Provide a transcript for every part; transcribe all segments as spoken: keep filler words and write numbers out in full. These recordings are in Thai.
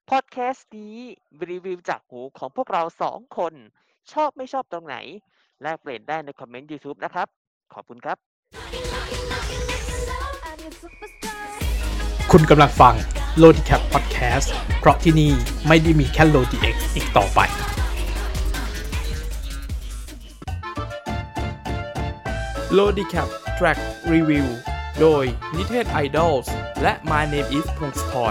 พอดแคสต์นี้รีวิวจากหูของพวกเราสองคนชอบไม่ชอบตรงไหนแลกเปลี่ยนได้ในคอมเมนต์ YouTube นะครับขอบคุณครับคุณกำลังฟัง Lodicap Podcast เพราะที่นี่ไม่ได้มีแค่ Lodix อีกต่อไป Lodicap Track Review โดยนิเทศ Idols และ My Name is พงศธร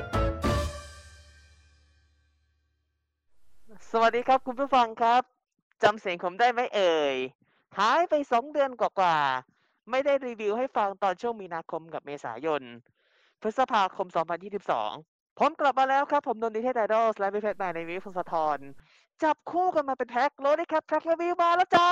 สวัสดีครับคุณผู้ฟังครับจำเสียงผมได้ไหมเอ่ยหายไปสองเดือนกว่าๆไม่ได้รีวิวให้ฟังตอนช่วงมีนาคมกับเมษายนพฤษภาคมสองพันยี่สิบสองผมกลับมาแล้วครับผมนนท์นิเทศ Idols และพี่เพชร My Name is พงศธรจับคู่กันมาเป็นแพ็คโลดครับแพ็ครีวิวมาแล้วจ้า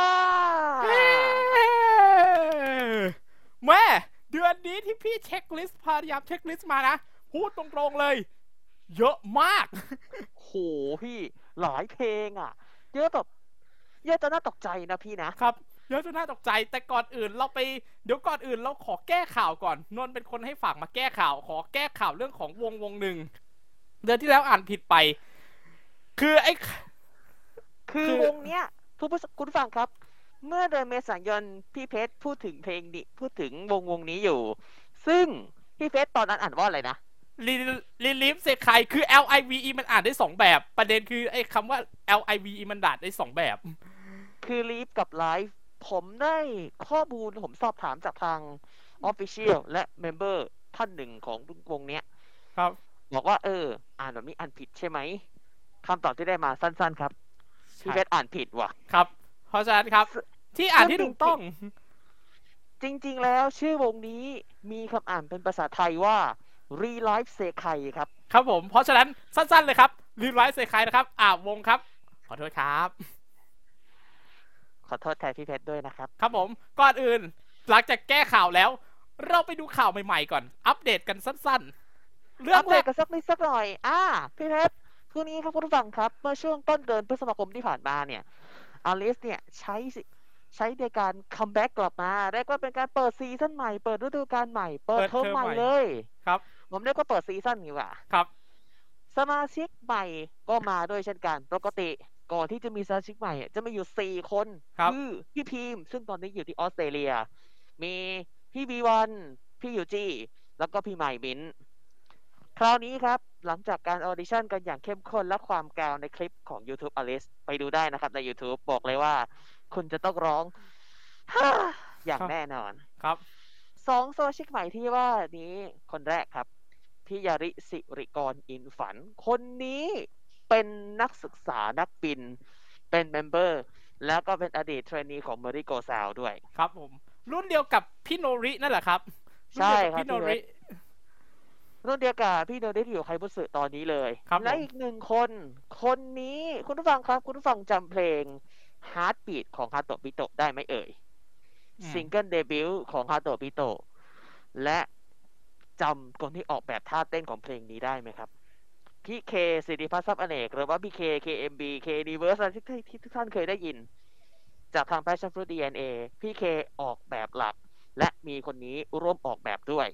แม่เดือนนี้ที่พี่เช็คลิสต์พยายามเช็คลิสต์มานะพูดตรงๆเลยเยอะมากโหพี่หลายเพลงอ่ะเยอะแบบเยอะจนน่าตกใจนะพี่นะครับเยอะจนน่าตกใจแต่ก่อนอื่นเราไปเดี๋ยวก่อนอื่นเราขอแก้ข่าวก่อนนนท์เป็นคนให้ฝากมาแก้ข่าวขอแก้ข่าวเรื่องของวงวงหนึ่งเดือนที่แล้วอ่านผิดไปคือไอ้คือวงเนี้ยผู้คุณฟังครับเมื่อเดือนเมษายนพี่เพชรพูดถึงเพลงนี้พูดถึงวงวงนี้อยู่ซึ่งพี่เพชรตอนนั้นอ่านว่าอะไรนะลิลิลิฟเซคายคือ L I V E มันอ่านได้สองแบบประเด็นคือไอ้คำว่า L I V E มันด่าได้สองแบบคือ Live กับ Live ผมได้ข้อมูลผมสอบถามจากทาง Official และ Member ท่านหนึ่งของวงเนี้ยครับบอกว่าเอออ่านแบบนี้อ่านผิดใช่ไหมคำตอบที่ได้มาสั้นๆครับพี่เพชรอ่านผิดว่ะครับเพราะฉะนั้นครับที่อ่านที่ถูกต้องจริงๆแล้วชื่อวงนี้มีคำอ่านเป็นภาษาไทยว่า Relive Sekai ครับครับผมเพราะฉะนั้นสั้นๆเลยครับ Relive Sekai นะครับอ่าวงครับขอโทษครับขอโทษแทนพี่เพชรด้วยนะครับครับผมก่อนอื่นหลังจากแก้ข่าวแล้วเราไปดูข่าวใหม่ๆก่อนอัปเดตกันสั้นๆเรื่องอัปเดตกันสักนิดสักหน่อยอ่าพี่เพชรคืนนี้ครับคุณผู้ฟังครับเมื่อช่วงต้นเดือนพฤษภาคมที่ผ่านมาเนี่ยอลิสเนี่ยใช้ใช้ในการคัมแบ็กกลับมาเรียกว่าเป็นการเปิดซีซั่นใหม่เปิดฤดูกาลใหม่เปิดเทอมใหม่เลยครับผมเรียกว่าเปิดซีซั่นดีกว่าครับสมาชิกใหม่ก็มาด้วยเช่นกันปกติก่อนที่จะมีสมาชิกใหม่จะมีอยู่สี่คนคือพี่พีมซึ่งตอนนี้อยู่ที่ออสเตรเลียมีพี่วีวันพี่ยูจีแล้วก็พี่ไมมินคราวนี้ครับหลังจากการออดิชั่นกันอย่างเข้มข้นและความกาวในคลิปของ YouTube Alice ไปดูได้นะครับใน YouTube บอกเลยว่าคุณจะต้องร้องอย่างแน่นอนครับสองสมาชิกใหม่ที่ว่านี้คนแรกครับพี่ยาริสิริกรอินฝันคนนี้เป็นนักศึกษานักบินเป็นเมมเบอร์แล้วก็เป็นอดีตเทรนนีของเมริโกซาวด้วยครับผมรุ่นเดียวกับพี่โนรินั่นแหละครับใช่ครับพี่โนริรุ่นเดียวกับพี่โนริที่อยู่ไคบุสึตอนนี้เลยและอีกหนึ่งคนคนนี้คุณผู้ฟังครับคุณผู้ฟังจำเพลง Heartbeat ของฮาโตะปิโตะได้ไหมเอ่ยซิงเกิลเดบิวต์ของฮาโตะปิโตะและจำคนที่ออกแบบท่าเต้นของเพลงนี้ได้ไหมครับพี่เคสิริพัฒน์ทรัพย์อเนกหรือว่าพี่เค เค เอ็ม บี K Universe อะไรที่ที่ทุกท่านเคยได้ยินจากทาง Passion Fruit ดี เอ็น เอ พี่เคออกแบบหลักและมีคนนี้ร่วมออกแบบด้วย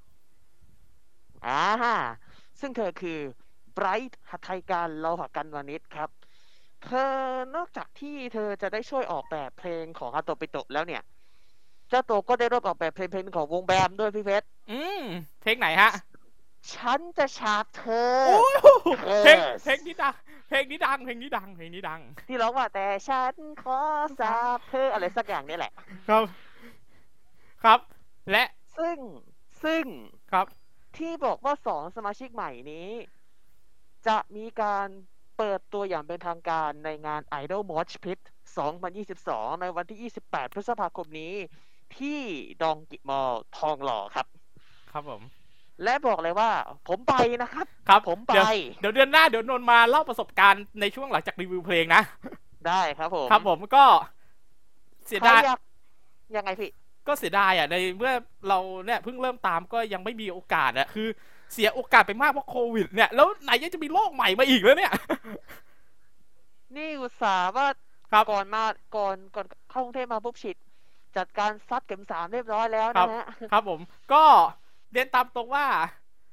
อ่าซึ่งเธอคือไบรท์หัตถการโลหกันวานิชครับเธอนอกจากที่เธอจะได้ช่วยออกแบบเพลงของฮาโตะปิโตะแล้วเนี่ยเจ้าตัวก็ได้ร่วมออกแบบเพลงเพลงของวงแบมด้วยพี่เพชรอืมเพลงไหนฮะฉันจะฉาบเธอเพลงเพลงนี้ดังเพลงนี้ดังเพลงนี้ดังเพลงนี้ดังที่ร้องว่าแต่ฉันขอสาบเธออะไรสักอย่างนี่แหละครับครับและซึ่งซึ่งครับที่บอกว่าสองสมาชิกใหม่นี้จะมีการเปิดตัวอย่างเป็นทางการในงาน Idol Mosh Pit สองพันยี่สิบสองในวันที่ยี่สิบแปดพฤษภาคมนี้ที่ดองกิมอลทองหล่อครับครับผมและบอกเลยว่าผมไปนะครับครับผมไปเดี๋ยวเดือนหน้าเดี๋ยวนนมาเล่าประสบการณ์ในช่วงหลังจากรีวิวเพลงนะได้ครับผมครับผมก็เสียดายยังไงพี่ก็เสียดายอ่ะในเมื่อเราเนี่ยเพิ่งเริ่มตามก็ยังไม่มีโอกาสอ่ะคือเสียโอกาสไปมากเพราะโควิดเนี่ยแล้วไหนยังจะมีโรคใหม่มาอีกแล้วเนี่ยนี่อุตส่าห์ว่าก่อนมาก่อนก่อนเข้ากรุงเทพมาปุ๊บฉีดจัดการซัดเข็มสามเรียบร้อยแล้วนะฮะครับผมก็เรียนตามตรงว่า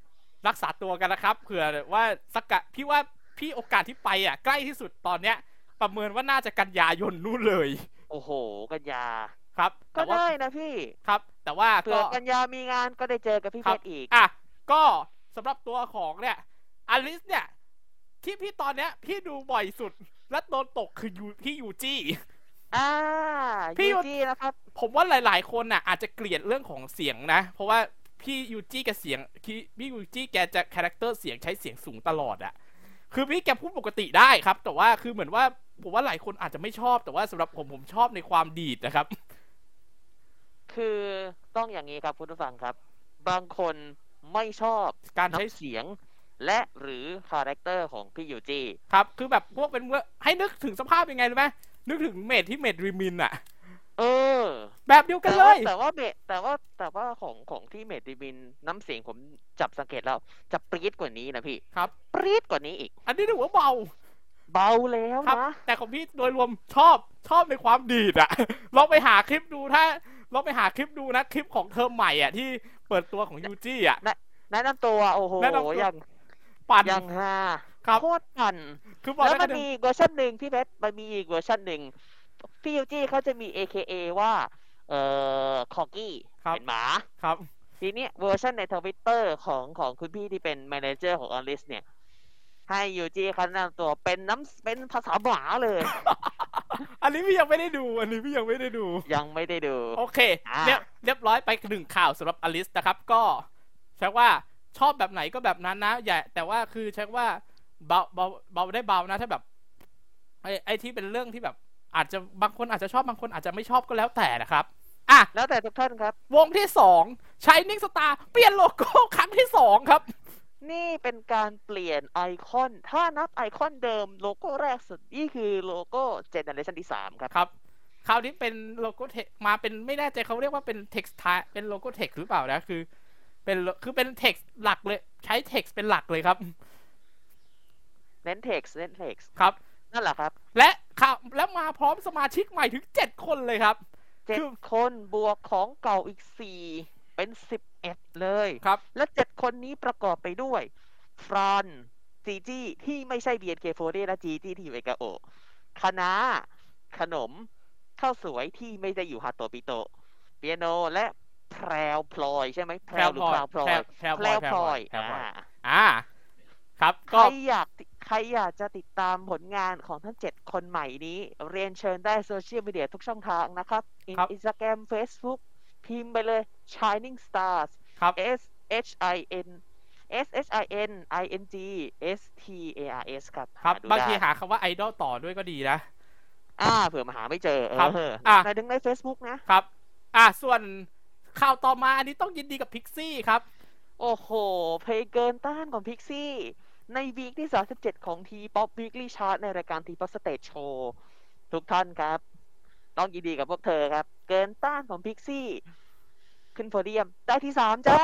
รักษาตัวกันนะครับเผื่อว่าสักกะพี่ว่าพี่โอกาสที่ไปอ่ะใกล้ที่สุดตอนเนี้ยประเมินว่าน่าจะกันยายนนู่นเลยโอ้โหกันยาครับก็ได้นะพี่ครับแต่ว่าเผื่อกันยามีงานก็ได้เจอกับพี่เพชรอีกอ่ะก็สำหรับตัวของเนี่ยอลิสเนี่ยที่พี่ตอนเนี้ยพี่ดูบ่อยสุดและโดนตกคือยูพี่ยูจี้อ่าพี่ยูจี้นะครับผมว่าหลายๆคนน่ะอาจจะเกลียดเรื่องของเสียงนะเพราะว่าพี่ยูจี้แกเสียงพี่ยูจี้แกจะคาแรคเตอร์เสียงใช้เสียงสูงตลอดอะคือพี่แกพูดปกติได้ครับแต่ว่าคือเหมือนว่าผมว่าหลายคนอาจจะไม่ชอบแต่ว่าสำหรับผมผมชอบในความดีดนะครับคือต้องอย่างนี้ครับคุณผู้ฟังครับบางคนไม่ชอบการใช้เสียงและหรือคาแรคเตอร์ของพี่ยูจี้ครับคือแบบพวกเป็นให้นึกถึงสภาพยังไงรู้ไหมนึกถึงเมดที่เมดริมินอะเออแบบเดียวกันเลยแต่ว่าเมดแต่ว่าแต่ว่าของของที่เมดริมินน้ำเสียงผมจับสังเกตแล้วจะปรี๊ดกว่านี้นะพี่ครับปรี๊ดกว่านี้อีกอันนี้ถือว่าเบาเบาแล้วนะแต่ของพี่โดยรวมชอบชอบในความดีดอะลองไปหาคลิปดูถ้าลองไปหาคลิปดูนะคลิปของเทอมใหม่อ่ะที่เปิดตัวของยูจี้อ่ะแนะนำตัวโอ้โหยังปั่นยังฮาโคตรปั่นคือแล้วมันมีเวอร์ชันหนึ่งพี่เพชรมันมีอีกเวอร์ชันหนึ่งพี่ยูจี้เขาจะมี เอ เค เอ ว่าเอ่อคอกี้เป็นหมาครับทีนี้เวอร์ชันในทวิตเตอร์ของของคุณพี่ที่เป็นแมเนเจอร์ของอลิสเนี่ยให้ยูจี้เขาแนะนำตัวเป็นน้ำเป็นภาษาหมาเลยอันนี้พี่ยังไม่ได้ดูอันนี้พี่ยังไม่ได้ดูยังไม่ได้ดูโอเคเรียบเรียบร้อยไปหนึ่งข่าวสำหรับอลิสนะครับก็ใช้ว่าชอบแบบไหนก็แบบนั้นนะอย่าแต่ว่าคือใช้ว่าเบาเบาเบาได้เบานะถ้าแบบไอ้ไอ้ที่เป็นเรื่องที่แบบอาจจะบางคนอาจจะชอบบางคนอาจจะไม่ชอบก็แล้วแต่นะครับอ่ะแล้วแต่ทุกท่านครับวงที่สอง Shining Star เปลี่ยนโลโก้ครั้งที่สองครับนี่เป็นการเปลี่ยนไอคอนถ้านับไอคอนเดิมโลโก้แรกสุดนี่คือโลโก้เจเนอเรชันที่สามครับครับคราวนี้เป็นโลโก้เทคมาเป็นไม่แน่ใจเขาเรียกว่าเป็นเท็กซ์เป็นโลโก้เท็กซ์หรือเปล่านะคือเป็นคือเป็นเท็กซ์หลักเลยใช้เท็กซ์เป็นหลักเลยครับเน้นเท็กซ์เน้นเท็กซ์ครับนั่นแหละครับและครับและมาพร้อมสมาชิกใหม่ถึงเจ็ดคนเลยครับเจ็ดคนบวกของเก่าอีกสี่เป็นสิบเอ็ดเลยครับและเจ็ดคนนี้ประกอบไปด้วยฟรานจีจี้ที่ไม่ใช่ บี เอ็น เค โฟร์ และจีจี้ที่อยู่เอกาโอคณะขนมข้าวสวยที่ไม่ได้อยู่ฮาโตปิโตเปียโนและแพรวพลอยใช่ไหมแพรวหรือแพรวพลอยแพรวพลอยอ่าครับใครอยากใครอยากจะติดตามผลงานของทั้งเจ็ดคนใหม่นี้เรียนเชิญได้โซเชียลมีเดียทุกช่องทางนะครับ Instagram Facebook พิมพ์ไปเลย Shining Stars S H I N S H I N I N G S T A R S ครับครับบางทีหาคำว่าไอดอลต่อด้วยก็ดีนะอ่าเผื่อมาหาไม่เจอครับอ่าในดึงใน Facebook นะครับอ่าส่วนข่าวต่อมาอันนี้ต้องยินดีกับพิกซี่ครับโอ้โหเพลงเกินต้านของพิกซี่ในวีคที่สามสิบเจ็ดของ T-POP Weekly Chart ในรายการ T-POP Stage Show ทุกท่านครับต้องยินดีกับพวกเธอครับเกินต้านของพิกซี่ขึ้นโพเดียมได้ที่สามจ้า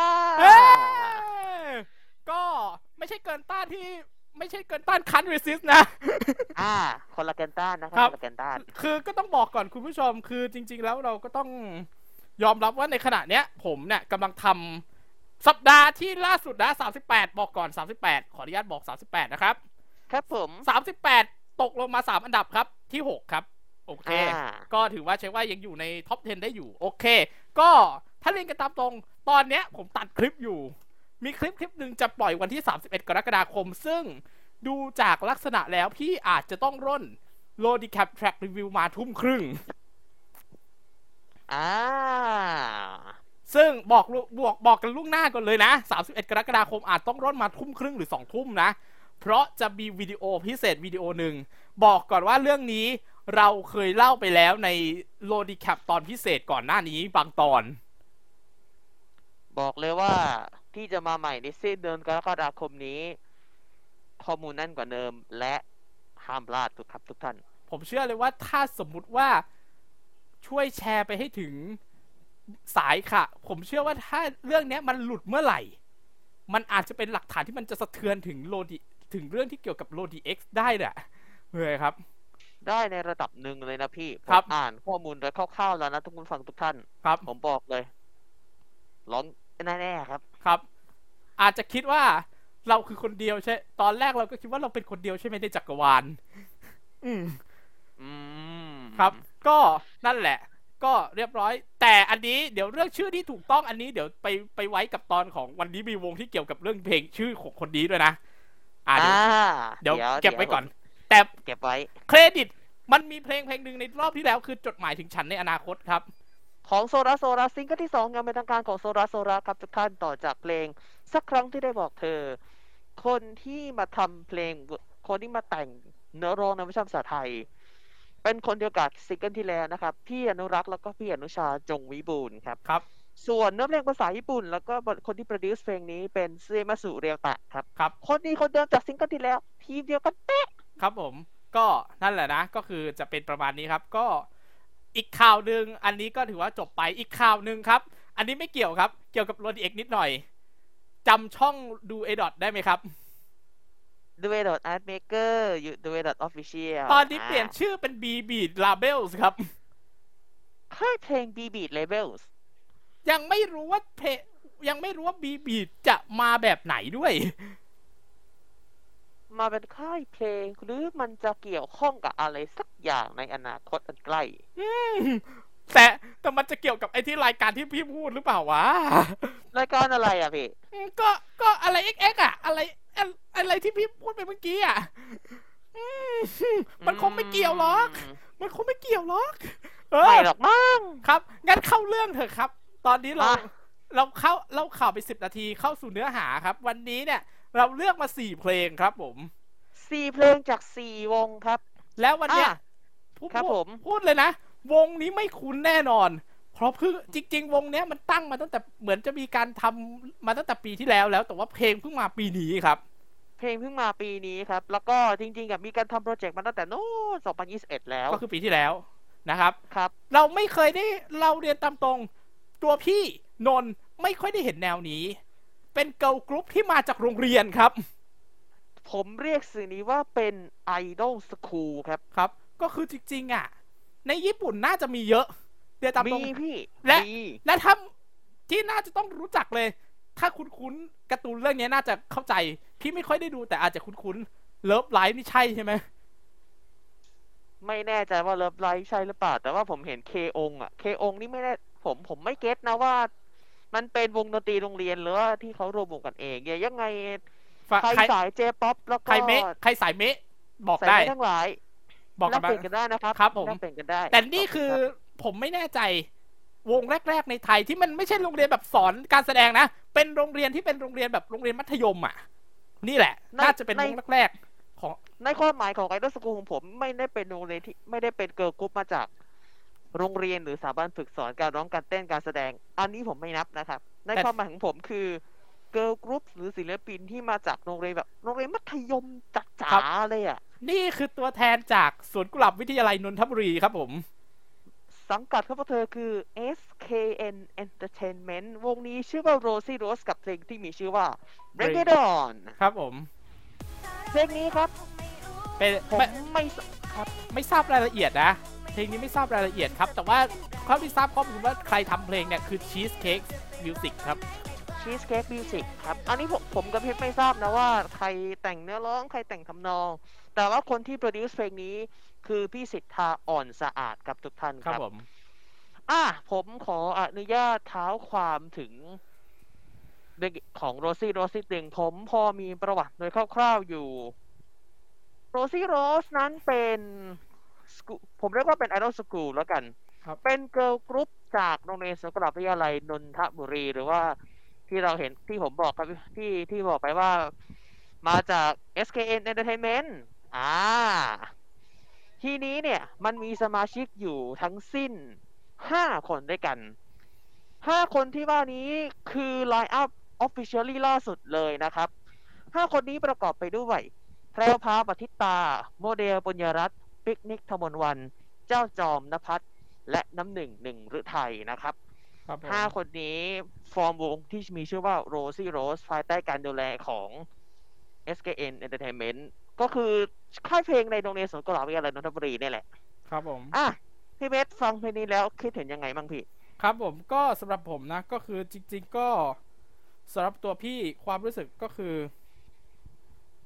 ก็ไม่ใช่เกินต้านที่ไม่ใช่เกินต้านคันรีซิสนะอ่าคนละเกินต้านนะครับคนละเกินต้านคือก็ต้องบอกก่อนคุณผู้ชมคือจริงๆแล้วเราก็ต้องยอมรับว่าในขณะเนี้ยผมเนี่ยกำลังทำสัปดาห์ที่ล่าสุดนะสามสิบแปดบอกก่อนสามสิบแปดขออนุญาตบอกสามสิบแปดนะครับครับผมสามสิบแปดตกลงมาสามอันดับครับที่หกครับโอเคก็ถือว่าใช้ว่ายังอยู่ในท็อปสิบได้อยู่โอเคก็ถ้าเรียนกันตามตรงตอนเนี้ยผมตัดคลิปอยู่มีคลิปคลิปหนึ่งจะปล่อยวันที่สามสิบเอ็ดกรกฎาคมซึ่งดูจากลักษณะแล้วพี่อาจจะต้องร่นโลดีแคปแทร็กรีวิวมาทุ่มครึ่งอ่าซึ่งบอกบวกบอกกันล่วงหน้าก่อนเลยนะสามสิบเอ็ดกรกฎาคมอาจต้องร่นมาทุ่มครึ่งหรือสองทุ่มนะเพราะจะมีวิดีโอพิเศษวิดีโอหนึ่งบอกก่อนว่าเรื่องนี้เราเคยเล่าไปแล้วในโลดีแคปตอนพิเศษก่อนหน้านี้บางตอนบอกเลยว่าที่จะมาใหม่ในสิ้นเดือนกรกฎาคมนี้ข้อมูลแน่นกว่าเดิมและห้ามพลาดทุกครับทุกท่านผมเชื่อเลยว่าถ้าสมมุติว่าช่วยแชร์ไปให้ถึงสายค่ะผมเชื่อว่าถ้าเรื่องนี้มันหลุดเมื่อไหร่มันอาจจะเป็นหลักฐานที่มันจะสะเทือนถึงโลดีถึงเรื่องที่เกี่ยวกับโลดีเอ็กซ์ได้แหละเลยครับได้ในระดับหนึ่งเลยนะพี่ผมอ่านข้อมูลโดยคร่าวๆแล้วนะทุกคนฟังทุกท่านครับผมบอกเลยร้องแน่ๆครับครับอาจจะคิดว่าเราคือคนเดียวใช่ตอนแรกเราก็คิดว่าเราเป็นคนเดียวใช่ไหมในจักรวาลอืมอืมครับก็นั่นแหละก็เรียบร้อยแต่อันนี้เดี๋ยวเรื่องชื่อที่ถูกต้องอันนี้เดี๋ยวไปไปไว้กับตอนของวันนี้มีวงที่เกี่ยวกับเรื่องเพลงชื่อของคนนี้ด้วยนะอ่าเดี๋ยวเก็บไว้ก่อนแต่เก็บไว้เครดิตมันมีเพลงเพลงหนึ่งในรอบที่แล้วคือจดหมายถึงฉันในอนาคตครับของโซราโซราซิงเกิลที่สองงานเป็นทางการของโซราโซราครับทุกท่านต่อจากเพลงสักครั้งที่ได้บอกเธอคนที่มาทำเพลงคนที่มาแต่งเนื้อร้องในเวอร์ชันภาษาไทยเป็นคนเดียวกับซิงเกิลที่แล้วนะครับพี่อนุรักษ์แล้วก็พี่อนุชาจงวิบูลย์ครับครับส่วนเนื้อเพลงภาษาญี่ปุ่นแล้วก็คนที่โปรดิวซ์เพลงนี้เป็นเซมาสุเรียวตะครับครับคนนี้คนเดิมจากซิงเกิลที่แล้วทีเดียวกันเป๊ะครับผมก็นั่นแหละนะก็คือจะเป็นประมาณนี้ครับก็อีกข่าวหนึ่งอันนี้ก็ถือว่าจบไปอีกข่าวหนึ่งครับอันนี้ไม่เกี่ยวครับเกี่ยวกับโรดีเอ็กนิดหน่อยจำช่องดูเอดอทได้ไหมครับดูเอดอทอาร์ตเมเกอร์อยู่ดูเอดอทออฟฟิเชียลตอนนี้เปลี่ยนชื่อเป็น B Beat Labels ครับค่ายเพลง B Beat Labels ยังไม่รู้ว่าเพยังไม่รู้ว่า B Beat จะมาแบบไหนด้วยมาเป็นค่ายเพลงหรือมันจะเกี่ยวข้องกับอะไรสักอย่างในอนาคตอันใกล้แต่แต่มันจะเกี่ยวกับไอ้ที่รายการที่พี่พูดหรือเปล่าวะรายการอะไรอ่ะพี่ก็ก็อะไร เอ็กซ์ เอ็กซ์ อ่ะอะไรอะไรที่พี่พูดไปเมื่อกี้อ่ะมันคงไม่เกี่ยวหรอกมันคงไม่เกี่ยวหรอกไม่หรอกมั้งครับงั้นเข้าเรื่องเถอะครับตอนนี้เราเราเข้าเล่าข่าวไปสิบนาทีเข้าสู่เนื้อหาครับวันนี้เนี่ยเราเลือกมาสี่เพลงครับผมสี่เพลงจากสี่วงครับแล้ววันนี้ครับผมพูดเลยนะวงนี้ไม่คุ้นแน่นอนเพราะเพิ่งจริงๆวงนี้มันตั้งมาตั้งแต่เหมือนจะมีการทำมาตั้งแต่ปีที่แล้วแล้วแต่ว่าเพลงเพิ่งมาปีนี้ครับเพลงเพิ่งมาปีนี้ครับแล้วก็จริงๆกับมีการทำโปรเจกต์มาตั้งแต่โน้นสองพันยี่สิบเอ็ดแล้วก็คือปีที่แล้วนะครับครับเราไม่เคยได้เราเรียนตามตรงตัวพี่นนท์ไม่ค่อยได้เห็นแนวนี้เป็นเกิร์ลกรุ๊ปที่มาจากโรงเรียนครับผมเรียกสื่อนี้ว่าเป็นไอดอลสคูลครับครับก็คือจริงๆอ่ะในญี่ปุ่นน่าจะมีเยอะเรียนตามตรงมีพี่และและถ้าที่น่าจะต้องรู้จักเลยถ้าคุ้นๆการ์ตูนเรื่องนี้น่าจะเข้าใจพี่ไม่ค่อยได้ดูแต่อาจจะคุ้นๆเลิฟไลฟ์นี่ใช่ใช่ไหมไม่แน่ใจว่าเลิฟไลฟ์ใช่หรือเปล่าแต่ว่าผมเห็นเคองอ่ะเคองนี่ไม่แน่ผมผมไม่เก็ตนะว่ามันเป็นวงดนตรีโรงเรียนหรือว่าที่เขารวมวงกันเองยังไงใครสายเจป๊อปแล้วก็ใครเมะใครสายเมะบอกได้ทั้งหลายบอกกันเปลี่ยนกันได้นะครับครับผมเปลี่ยนกันได้แต่นี่คือผมไม่แน่ใจวงแรกๆในไทยที่มันไม่ใช่โรงเรียนแบบสอนการแสดงนะเป็นโรงเรียนที่เป็นโรงเรียนแบบโรงเรียนมัธยมอ่ะนี่แหละน่าจะเป็นวงแรกๆของในความหมายของไอดอลสกูลของผมไม่ได้เป็นโรงเรียนที่ไม่ได้เป็นเกิร์ลกรุ๊ปมาจากโรงเรียนหรือสถาบันฝึกสอนการร้องการเต้นการแสดงอันนี้ผมไม่นับนะครับในความหมายของผมคือเกิร์ลกรุ๊ปหรือศิลปินที่มาจากโรงเรียนแบบโรงเรียนมัธยมจ๋าๆเลยอ่ะนี่คือตัวแทนจากสวนกุหลาบวิทยาลัยนนทบุรีครับผมสังกัดของพวกเธอคือ เอส เค เอ็น Entertainment วงนี้ชื่อว่า Rosie Rose กับเพลงที่มีชื่อว่า Break It On ครับผมเพลงนี้ครับเป็นผมไม่ครับไม่ทราบรายละเอียดนะเพลงนี้ไม่ทราบรายละเอียดครับแต่ว่าเขาที่ทราบข้อมูลว่าใครทำเพลงเนี่ยคือ Cheesecake Music ครับ Cheesecake Music ครับอันนี้ผมผมกับเพชรไม่ทราบนะว่าใครแต่งเนื้อร้องใครแต่งทำนองแต่ว่าคนที่โปรดิวซ์เพลงนี้คือพี่สิทธาอ่อนสะอาดกับทุกท่านครับครับผมอ่ะผมขออนุญาตเท้าความถึงของโรซี่โรซี่ตึงผมพอมีประวัติโดยคร่าวๆอยู่โรซี่โรสนั้นเป็นผมเรียกว่าเป็นไอดอลสกูลแล้วกันเป็นเกิร์ลกรุ๊ปจากโรงเรียนสวนกุหลาบวิทยาลัยนนทบุรีหรือว่าที่เราเห็นที่ผมบอกครับที่ที่บอกไปว่ามาจาก เอส เค เอ็น Entertainment อ่าทีนี้เนี่ยมันมีสมาชิกอยู่ทั้งสิ้นห้าคนด้วยกันห้าคนที่ว่านี้คือไลน์อัพ Officially ล่าสุดเลยนะครับห้าคนนี้ประกอบไปด้วยแพรวพราวปฏิตาโมเดลปุญญรัตน์ปิกนิกธมนวันเจ้าจอมณภัทรและน้ำหนึ่งหนึ่งฤทัยนะครับห้าคนนี้ฟอร์มวงที่มีชื่อว่า Rosie Rose ภายใต้การดูแลของ เอส เค เอ็น Entertainment ก็คือค่ายเพลงในโรงเรียนสวนกุหลาบวิทยาลัยนนทบุรีนี่แหละครับผมอ่ะพี่เบสฟังเพลงนี้แล้วคิดเห็นยังไงบ้างพี่ครับผมก็สำหรับผมนะก็คือจริงๆก็สำหรับตัวพี่ความรู้สึกก็คือ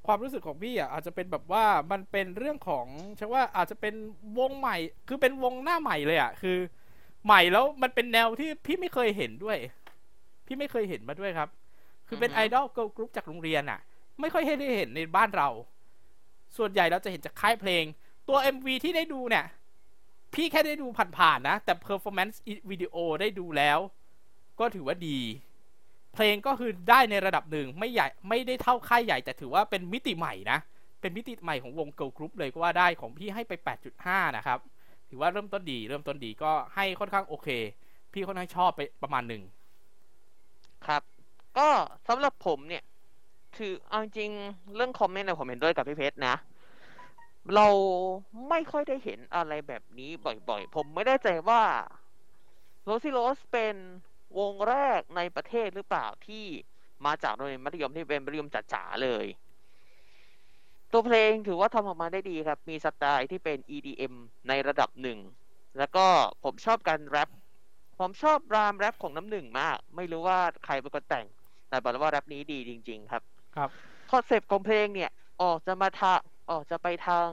ความรู้สึกของพี่อ่ะอาจจะเป็นแบบว่ามันเป็นเรื่องของใช่ว่าอาจจะเป็นวงใหม่คือเป็นวงหน้าใหม่เลยอ่ะคือใหม่แล้วมันเป็นแนวที่พี่ไม่เคยเห็นด้วยพี่ไม่เคยเห็นมาด้วยครับคือเป็นไอดอลเกิร์ลกรุ๊ปจากโรงเรียนอ่ะไม่ค่อยได้เห็นในบ้านเราส่วนใหญ่เราจะเห็นจากค่ายเพลงตัว เอ็ม วี ที่ได้ดูเนี่ยพี่แค่ได้ดูผ่านๆนะแต่ performance วิดีโอได้ดูแล้วก็ถือว่าดีเพลงก็คือได้ในระดับหนึ่งไม่ใหญ่ไม่ได้เท่าค่ายใหญ่แต่ถือว่าเป็นมิติใหม่นะเป็นมิติใหม่ของวงเกิร์ลกรุ๊ปเลยก็ว่าได้ของพี่ให้ไป แปดจุดห้า นะครับถือว่าเริ่มต้นดีเริ่มต้นดีก็ให้ค่อนข้างโอเคพี่ค่อนข้างชอบไปประมาณหนึ่งครับก็สำหรับผมเนี่ยคือเอาจริงเรื่องคอมเมนต์เนี่ยผมเห็นด้วยกับพี่เพชรนะเราไม่ค่อยได้เห็นอะไรแบบนี้บ่อยๆผมไม่แน่ใจว่าโรซี่โรสเป็นวงแรกในประเทศหรือเปล่าที่มาจากโรงเรียนมัธยมที่เป็นมัธยมจ๋าๆเลยตัวเพลงถือว่าทำออกมาได้ดีครับมีสไตล์ที่เป็น อี ดี เอ็ม ในระดับหนึ่งแล้วก็ผมชอบการแรปผมชอบรามแรปของน้ำหนึ่งมากไม่รู้ว่าใครเป็นคนแต่งแต่บอกเลยว่าแรปนี้ดีจริงๆครับครับคอนเซปต์ของเพลงเนี่ยออกจะมาทางออกจะไปทาง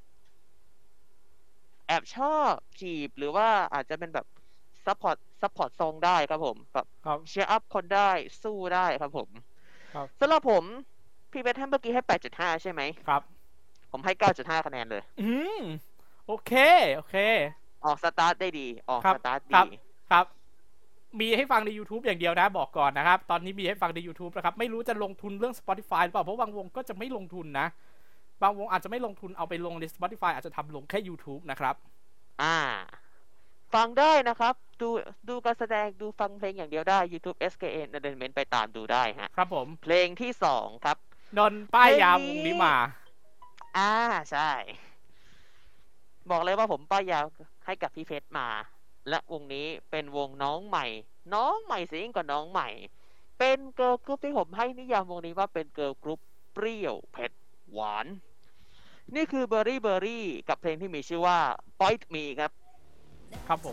แอบชอบจีบหรือว่าอาจจะเป็นแบบซัพพอร์ตซัพพอร์ตซองได้ครับผมแบบเชียร์อัพคนได้สู้ได้ครับผมสำหรับผมพี่เบสให้เมื่อกี้ให้ แปดจุดห้า ใช่ไหมครับผมให้ เก้าจุดห้า คะแนนเลยอืมโอเคโอเคออกสตาร์ทได้ดีออกสตาร์ทดีครับมีให้ฟังใน YouTube อย่างเดียวนะบอกก่อนนะครับตอนนี้มีให้ฟังใน YouTube นะครับไม่รู้จะลงทุนเรื่อง Spotify หรือเปล่าเพราะบางวงก็จะไม่ลงทุนนะบางวงอาจจะไม่ลงทุนเอาไปลงใน Spotify อาจจะทำลงแค่ YouTube นะครับอ่าฟังได้นะครับดูดูการแสดงดูฟังเพลงอย่างเดียวได้ YouTube เอส เค เอ็น Entertainment ไปตามดูได้ฮะครับผมเพลงที่สองครับนนป้ายยาวงนี้มาอ่าใช่บอกเลยว่าผมป้ายยาวให้กับพี่เพชรมาและวงนี้เป็นวงน้องใหม่น้องใหม่สิยิ่งกว่าน้องใหม่เป็นเกิร์ลกรุ๊ปที่ผมให้นิยามวงนี้ว่าเป็นเกิร์ลกรุ๊ปเปรี้ยวเผ็ดหวานนี่คือเบอร์รี่เบอร์รี่กับเพลงที่มีชื่อว่า Bite Me ครับครับผม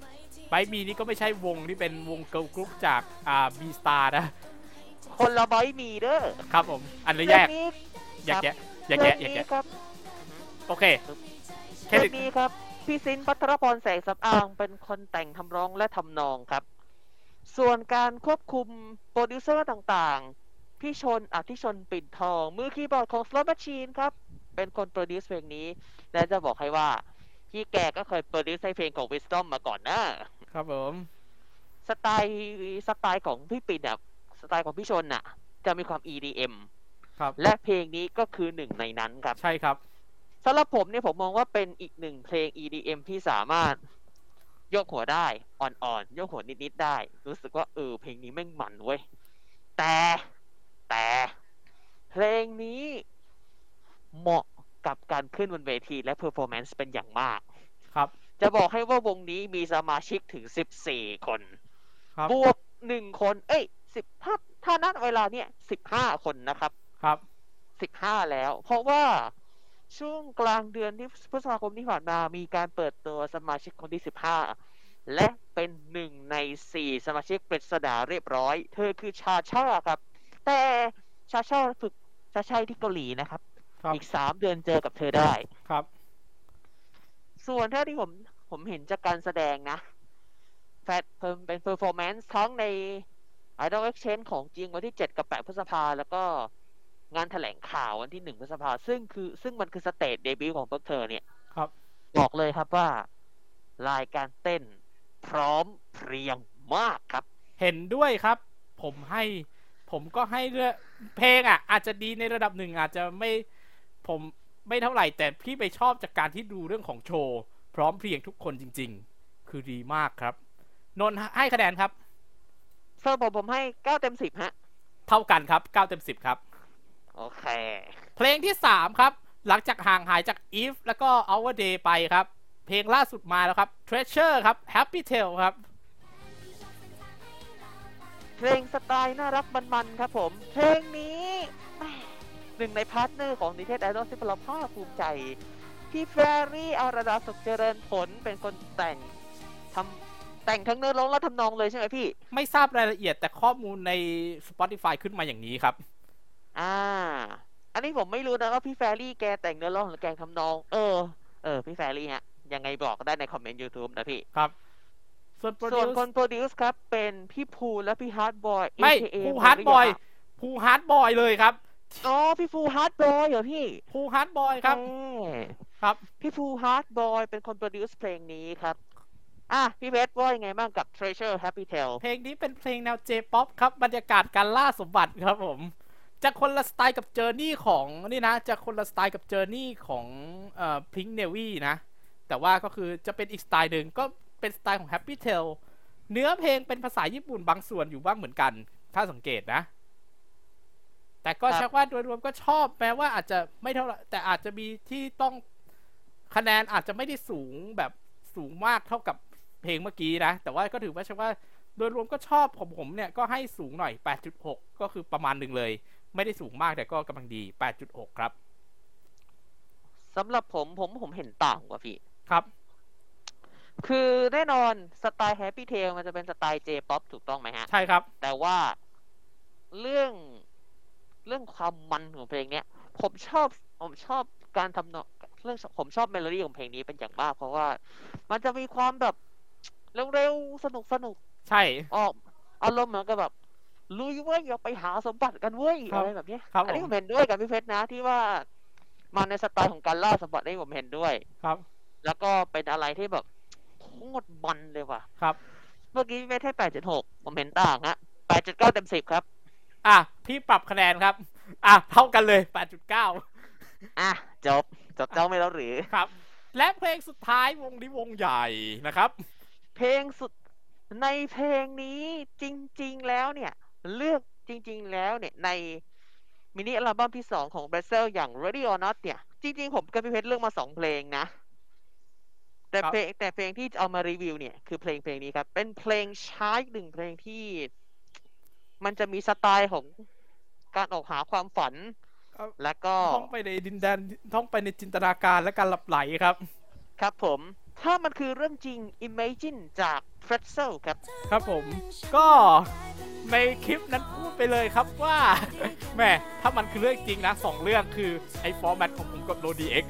Bite Me นี่ก็ไม่ใช่วงที่เป็นวงเกิร์ลกรุ๊ปจากอ่า B Star นะคนละ Bite Me เด้อครับผมอันนี้แยกแยกแยกแยกแยกแยกแยกครับโอเคเพลงนี้ครับพี่ซินภัทรพรแสงสำอางเป็นคนแต่งทำร้องและทำนองครับส่วนการควบคุมโปรดิวเซอร์ต่างๆพี่ชนอธิชนปิ่นทองมือคีย์บอร์ดของ Slot Machine ครับเป็นคนโปรดิวซ์เพลงนี้และจะบอกให้ว่าพี่แกก็เคยโปรดิวซ์เพลงของ Wisdom มาก่อนนะครับผมสไตล์สไตล์ของพี่ปิ่นอ่ะสไตล์ของพี่ชนน่ะจะมีความ อี ดี เอ็มครับและเพลงนี้ก็คือหนึ่งในนั้นครับใช่ครับสำหรับผมเนี่ยผมมองว่าเป็นอีกหนึ่งเพลง อี ดี เอ็ม ที่สามารถยกหัวได้อ่อนๆยกหัวนิดๆได้รู้สึกว่าเออเพลงนี้แม่งมันเว้ยแต่แต่เพลงนี้เหมาะกับการขึ้นบนเวทีและเพอร์ฟอร์แมนซ์เป็นอย่างมากครับจะบอกให้ว่าวงนี้มีสมาชิกถึงสิบสี่คนบวกหนึ่งคนเอ้ยสิบถ้าถ้านัดเวลาเนี่ยสิบห้าคนนะครับครับสิบห้าแล้วเพราะว่าช่วงกลางเดือนที่พฤษภาคมที่ผ่านมามีการเปิดตัวสมาชิกคนที่สิบห้าและเป็นหนึ่งในสี่สมาชิกปริศนาเรียบร้อยเธอคือชาชาครับแต่ชาชาฝึกชาชาที่เกาหลีนะครับอีกสามเดือนเจอกับเธอได้ครับส่วนถ้าที่ผมผมเห็นจากการแสดงนะแฟตเพิ่มเป็น performance ทั้งใน Idol Exchange ของจริงวันที่เจ็ดกับแปดพฤษภาแล้วก็งานแถลงข่าววันที่หนึ่งพฤษภาซึ่งคือซึ่งมันคือสเตจเดบิวต์ของพวกเธอเนี่ยครับบอกเลยครับว่ารายการเต้นพร้อมเพรียงมากครับเห็นด้วยครับผมให้ผมก็ให้เรื่องเพลงอ่ะอาจจะดีในระดับหนึ่งอาจจะไม่ผมไม่เท่าไหร่แต่พี่ไปชอบจากการที่ดูเรื่องของโชว์พร้อมเพรียงทุกคนจริงๆคือดีมากครับนนท์ให้คะแนนครับสำหรับผมผมให้เก้าเต็มสิบฮะเท่ากันครับเก้าเต็มสิบครับโอเคเพลงที่สามครับหลังจากห่างหายจาก Eve แล้วก็ Our Day ไปครับเพลงล่าสุดมาแล้วครับ Treasure ครับ Happy Tale ครับเพลงสไตล์น่ารักมันๆครับผมเพลงนี้หนึ่งในพาร์ทเนอร์ของนิเทศไอดอลที่เราภาคภูมิใจพี่แฟรี่อรดาสุขเจริญผลเป็นคนแต่งทำแต่งทั้งเนื้อร้องและทำนองเลยใช่ไหมพี่ไม่ทราบรายละเอียดแต่ข้อมูลใน Spotify ขึ้นมาอย่างนี้ครับอ่าอันนี้ผมไม่รู้นะว่าพี่แฟรี่แกแต่งเนื้อร้องหรือแกทำนองเออเออพี่แฟรี่ฮะยังไงบอกได้ในคอมเมนต์ YouTube นะพี่ครับส่วนส่วนคนโปรดิวซ์ครับเป็นพี่ภูและพี่ฮาร์ดบอยไม่ภูฮาร์ดบอยภูฮาร์ดบอยเลยครับอ๋อพี่ภูฮาร์ดบอยเหรอพี่ภูฮาร์ดบอยครับครับพี่ภูฮาร์ดบอยเป็นคนโปรดิวซ์เพลงนี้ครับอ่ะพี่เพชรว่ายังไงบ้างกับ Treasure Happy Tale เพลงนี้เป็นเพลงแนว J-pop ครับบรรยากาศการล่าสมบัติครับผมจะคนละสไตล์กับ Journey ของนี่นะจะคนละสไตล์กับ Journey ของเอ่อ Pink Navy นะแต่ว่าก็คือจะเป็นอีกสไตล์หนึ่งก็เป็นสไตล์ของ Happy Tale เนื้อเพลงเป็นภาษาญี่ปุ่นบางส่วนอยู่บ้างเหมือนกันถ้าสังเกตนะแต่ก็ชักว่าโดยรวมก็ชอบแม้ว่าอาจจะไม่เท่าไหร่แต่อาจจะมีที่ต้องคะแนนอาจจะไม่ได้สูงแบบสูงมากเท่ากับเพลงเมื่อกี้นะแต่ว่าก็ถือว่าชักว่าโดยรวมก็ชอบผมผมเนี่ยก็ให้สูงหน่อย แปดจุดหก ก็คือประมาณหนึ่งเลยไม่ได้สูงมากแต่ก็กำลังดี แปดจุดหก ครับสำหรับผมผมผมเห็นต่างกว่าพี่ครับคือแน่นอนสไตล์ Happy Tale มันจะเป็นสไตล์ J-pop ถูกต้องไหมฮะใช่ครับแต่ว่าเรื่องเรื่องความมันของเพลงเนี้ยผมชอบผมชอบการทำเนาะเรื่องผมชอบเมโลดี้ของเพลงนี้เป็นอย่างมากเพราะว่ามันจะมีความแบบเร็วๆสนุกสนุกใช่ออกอารมณ์เหมือนกับแบบลุยเว้ยอย่าไปหาสมบัติกันเว้ยอะไรแบบนี้อันนี้ผมเห็นด้วยกับพี่เพชรนะที่ว่ามาในสไตล์ของการล่าสมบัตินี่ผมเห็นด้วยครับแล้วก็เป็นอะไรที่แบบโคตรมันเลยว่ะครับเมื่อกี้พี่เพชรให้ แปดจุดหก ผมเห็นต่างฮะ แปดจุดเก้า เต็มสิบครับอ่ะพี่ปรับคะแนนครับอ่ะเท่ากันเลย แปดจุดเก้าอ่ะจบจบเจ้าไม่แล้วหรือครับและเพลงสุดท้ายวงนี้วงใหญ่นะครับเพลงสุดในเพลงนี้จริงๆแล้วเนี่ยเลือกจริงๆแล้วเนี่ยในมินิอัลบั้มที่สองของ Brazil อย่าง Ready or Not เนี่ยจริงๆผมกับพี่เพชรเลือกมาสองเพลงนะแต่เพลงแต่เพลงที่เอามารีวิวเนี่ยคือเพลงเพลงนี้ครับเป็นเพลงช้าหนึ่งเพลงที่มันจะมีสไตล์ของการออกหาความฝันแล้วก็ท่องไปในดินแดนท่องไปในจินตนาการและการหลับไหลครับครับผมถ้ามันคือเรื่องจริง Imagine จาก Pretzel ครับครับผมก็ในคลิปนั้นพูดไปเลยครับว่าแม่ถ้ามันคือเรื่องจริงนะสองเรื่องคือไอ้ฟอร์แมตของผมกับ Lodi X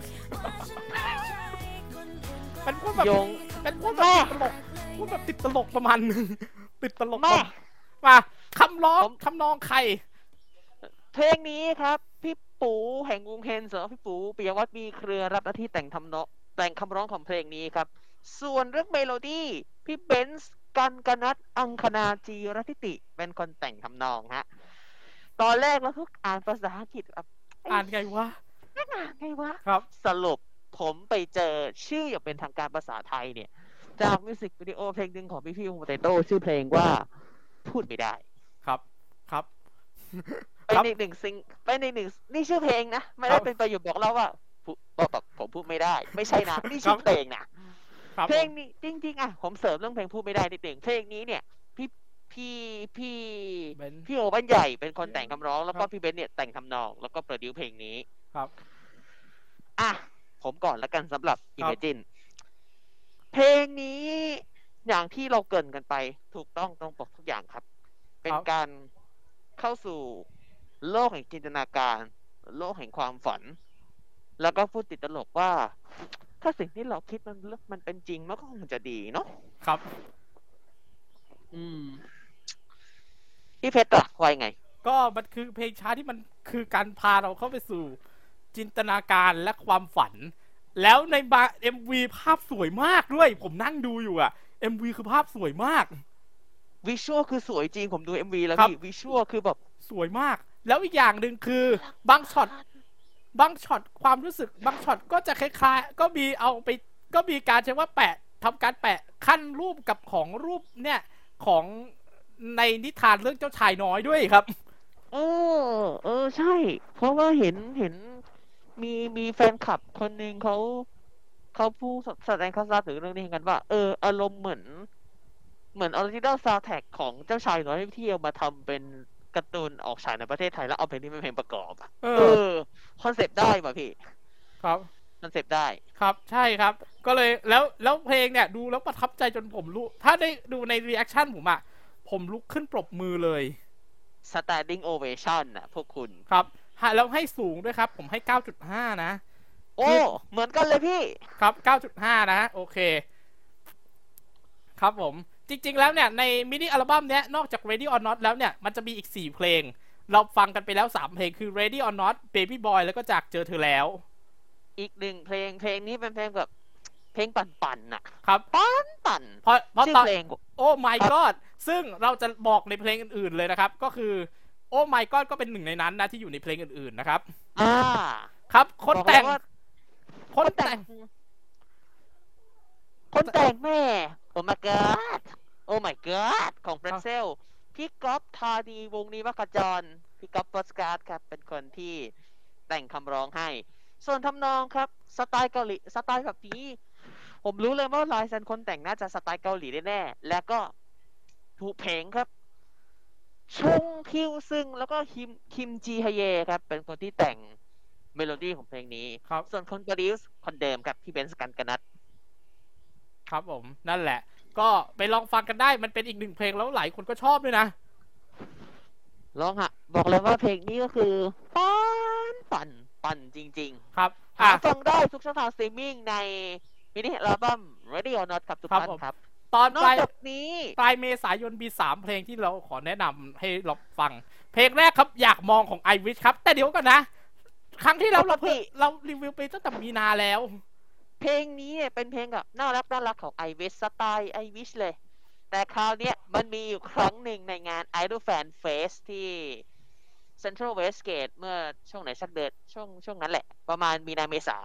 เป็นพวกแบบเป็นพวกแบบติดตลกพูดแบบติดตลกประมาณนึงติดตลกมาคำร้องคำนองใครเพลงนี้ครับพี่ปูแห่งวงเฮนเสอพี่ปูปิยวัฒน์มีเครือรับหน้าที่แต่งทำเนาะแต่งคำร้องของเพลงนี้ครับส่วนเรื่องเมโลดี้พี่เบนซ์กันกนัทอังคณาจีรทิติเป็นคนแต่งทำนองฮะตอนแรกเราทุกอ่านภาษาอังกฤษแบบอ่านไงวะอ่านไงวะครับสรุปผมไปเจอชื่ออย่างเป็นทางการภาษาไทยเนี่ยจากมิวสิกวิดีโอเพลงหนึ่งของพี่พี่โมเตโต้ชื่อเพลงว่าพูดไม่ได้ครับครับเป็นอีกหนึ่งซิงเป็นอีกหนึ่งนี่ชื่อเพลงนะไม่ได้เป็นประโยคบอกเราว่าแบบผมพูดไม่ได้ไม่ใช่นะนี่ชื่อเพลงนะเพลงนี้จริงๆอ่ะผมเสริมเรื่องเพลงพูดไม่ได้นิดหนึ่งเพลงนี้เนี่ยพี่พี่พี่พี่โอบ้านใหญ่เป็นคนแต่งคำร้องแล้วก็พี่เบนเนี่ยแต่งทำนองแล้วก็โปรดิวซ์เพลงนี้ครับอ่ะผมก่อนแล้วกันสำหรับ Imagine เพลงนี้อย่างที่เราเกริ่นกันไปถูกต้องตรงปกทุกอย่างครับเป็นการเข้าสู่โลกแห่งจินตนาการโลกแห่งความฝันแล้วก็พูดติดตลกว่าถ้าสิ่งที่เราคิดมันมันเป็นจริงมันก็คงจะดีเนาะครับอืมพี่เพชรอะว่าไงก็มันคือเพลงช้าที่มันคือการพาเราเข้าไปสู่จินตนาการและความฝันแล้วในบาร์ เอ็ม วี ภาพสวยมากด้วยผมนั่งดูอยู่อะ เอ็ม วี คือภาพสวยมากวิชวลคือสวยจริงผมดู เอ็ม วี แล้วพี่วิชวลคือแบบสวยมากแล้วอีกอย่างหนึ่งคือบางช็อตบางช็อตความรู้สึกบางช็อตก็จะคล้ายๆก็มีเอาไปก็มีการใช้ว่าแปะทำการแปะขั้นรูปกับของรูปเนี่ยของในนิทานเรื่องเจ้าชายน้อยด้วยครับเออเออใช่เพราะว่าเห็นเห็นมีมีแฟนคลับคนหนึ่งเขาเขาพูดแสดงความทราบถึงเรื่องนี้กันว่าเอออารมณ์เหมือนเหมือนออริจินอลซาวด์แทร็กของเจ้าชายน้อยที่เอามาทำเป็นการ์ตูนออกฉายในประเทศไทยแล้วเอาเพลงนี้เป็นเพลงประกอบเออคอนเซปต์ได้ป่ะพี่ครับคอนเซปต์ได้ครับใช่ครับก็เลยแล้วแล้วเพลงเนี่ยดูแล้วประทับใจจนผมรู้ถ้าได้ดูในรีแอคชั่นผมอะผมลุกขึ้นปรบมือเลย standing ovation น่ะพวกคุณครับแล้วให้สูงด้วยครับผมให้ เก้าจุดห้า นะโอ้เหมือนกันเลยพี่ครับ เก้าจุดห้า นะโอเคครับผมจริงๆแล้วเนี่ยในมินิอัลบั้มเนี้ยนอกจาก Ready or Not แล้วเนี่ยมันจะมีอีกสี่เพลงเราฟังกันไปแล้วสามเพลงคือ Ready or Not Baby Boy แล้วก็จากเจอเธอแล้วอีกหนึ่งเพลงเพลงนี้เป็นเพลงแบบเพลงปั่นๆน่ะครับปั่นปั่นเพราะเพราะตอนเพลงโอ้ my god ซึ่งเราจะบอกในเพลงอื่นๆเลยนะครับก็คือโอ้ my god ก็เป็นหนึ่งในนั้นนะที่อยู่ในเพลงอื่นๆนะครับอ่าครับคนแต่งคนแต่งคนแต่งแม่โอ้ my god โอ้ my god ของเฟรนเซลพี่ก๊อฟทานีวงนี้วัคจรพี่ก๊อฟบอสการ์ดครับเป็นคนที่แต่งคำร้องให้ส่วนทำนองครับสไตล์เกาหลีสไตล์แบบนี้ผมรู้เลยว่าลายเซ็นคนแต่งน่าจะสไตล์เกาหลีแน่ๆแล้วก็ถูกเพลงครับชงคิวซึงแล้วก็คิมคิมจีฮเยครับเป็นคนที่แต่งเมโลดี้ของเพลงนี้ส่วนคนโปรดิวซ์คนเดิมครับพี่เบนซ์กันกนัทครับผมนั่นแหละก็ไปลองฟังกันได้มันเป็นอีกหนึ่งเพลงแล้วหลายคนก็ชอบด้วยนะลองฮะบอกเลยว่าเพลงนี้ก็คือปั่นปั่นปั่นจริงๆครับหาฟังได้ทุกช่องทางสตรีมมิ่งในมินิอัลบั้ม Ready or Not ครับทุกท่านครับตอนปลายนี้ปลายเมษายนมีสามเพลงที่เราขอแนะนำให้เราฟังเพลงแรกครับอยากมองของ I Wish ครับแต่เดี๋ยวก่อนนะครั้งที่เราเราเรารีวิวไปตั้งแต่มีนาแล้วเพลงนี้เนี่ยเป็นเพลงแบบน่ารักน่ารักของ I Wish สไตล์ I Wish เลยแต่คราวนี้มันมีอยู่ครั้งหนึ่งในงาน Idol Fan Fest ที่ Central Westgate เมื่อช่วงไหนสักเดือนช่วงช่วงนั้นแหละประมาณมีนาเมษา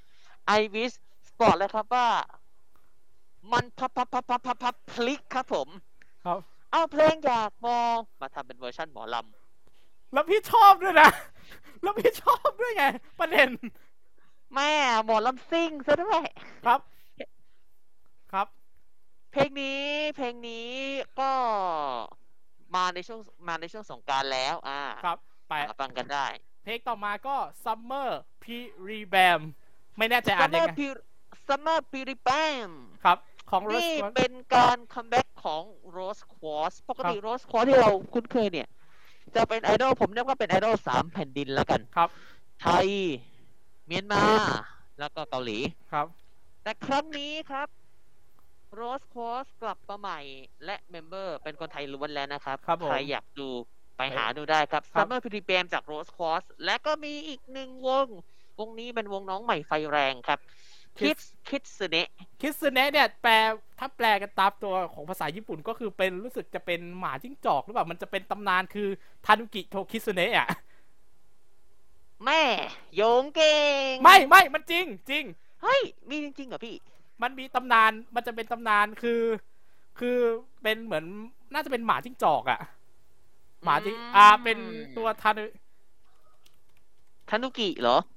I Wish บอกเลยครับว่ามันพับพับพับพับพับพับพลิกครับผมครับเอาเพลงอยากมองมาทำเป็นเวอร์ชันหมอลำแล้วพี่ชอบด้วยนะแล้วพี่ชอบด้วยไงประเด็นแม่หมอลำซิ่งซะด้วยครับครับเพลงนี้เพลงนี้ก็มาในช่วงมาในช่วงสงกรานต์แล้วอ่าครับไปฟังกันได้เพลงต่อมาก็ Summer Pre-Rebam ไม่แน่ใจอ่านยังไง Summer Pre-Rebam ครับของนี่เป็นการคัมแบ็กของ Rose Quartz ปกติ Rose Quartz ที่เราคุ้นเคยเนี่ยจะเป็นไอดอลผมเรียกว่าเป็นไอดอลสามแผ่นดินแล้วกันครับไทยเมียนมาแล้วก็เกาหลีครับแต่ครั้งนี้ครับ Rose Quartz กลับมาใหม่และเมมเบอร์เป็นคนไทยล้วนแล้วนะครับใครอยากดูไปหาดูได้ครับ Summer Pre-Rebam จาก Rose Quartz และก็มีอีกหนึ่งวงวงนี้เป็นวงน้องใหม่ไฟแรงครับคิดคิดซึเนะคิดซึเนะเนี่ยแปลถ้าแปลกันตามตัวของภาษาญี่ปุ่นก็คือเป็นรู้สึกจะเป็นหมาจิ้งจอกหรือเปล่ามันจะเป็นตำนานคือทานุกิโทคิซึเนะอ่ะแม่โยงเก่งไม่ไม่มันจริงจริงเฮ้ยมีจริงๆเหรอพี่มันมีตำนานมันจะเป็นตำนานคือคือเป็นเหมือนน่าจะเป็นหมาจิ้งจอกอ่ะหมาจิ้งอ่าเป็นตัวทานุทานุกิเหรอ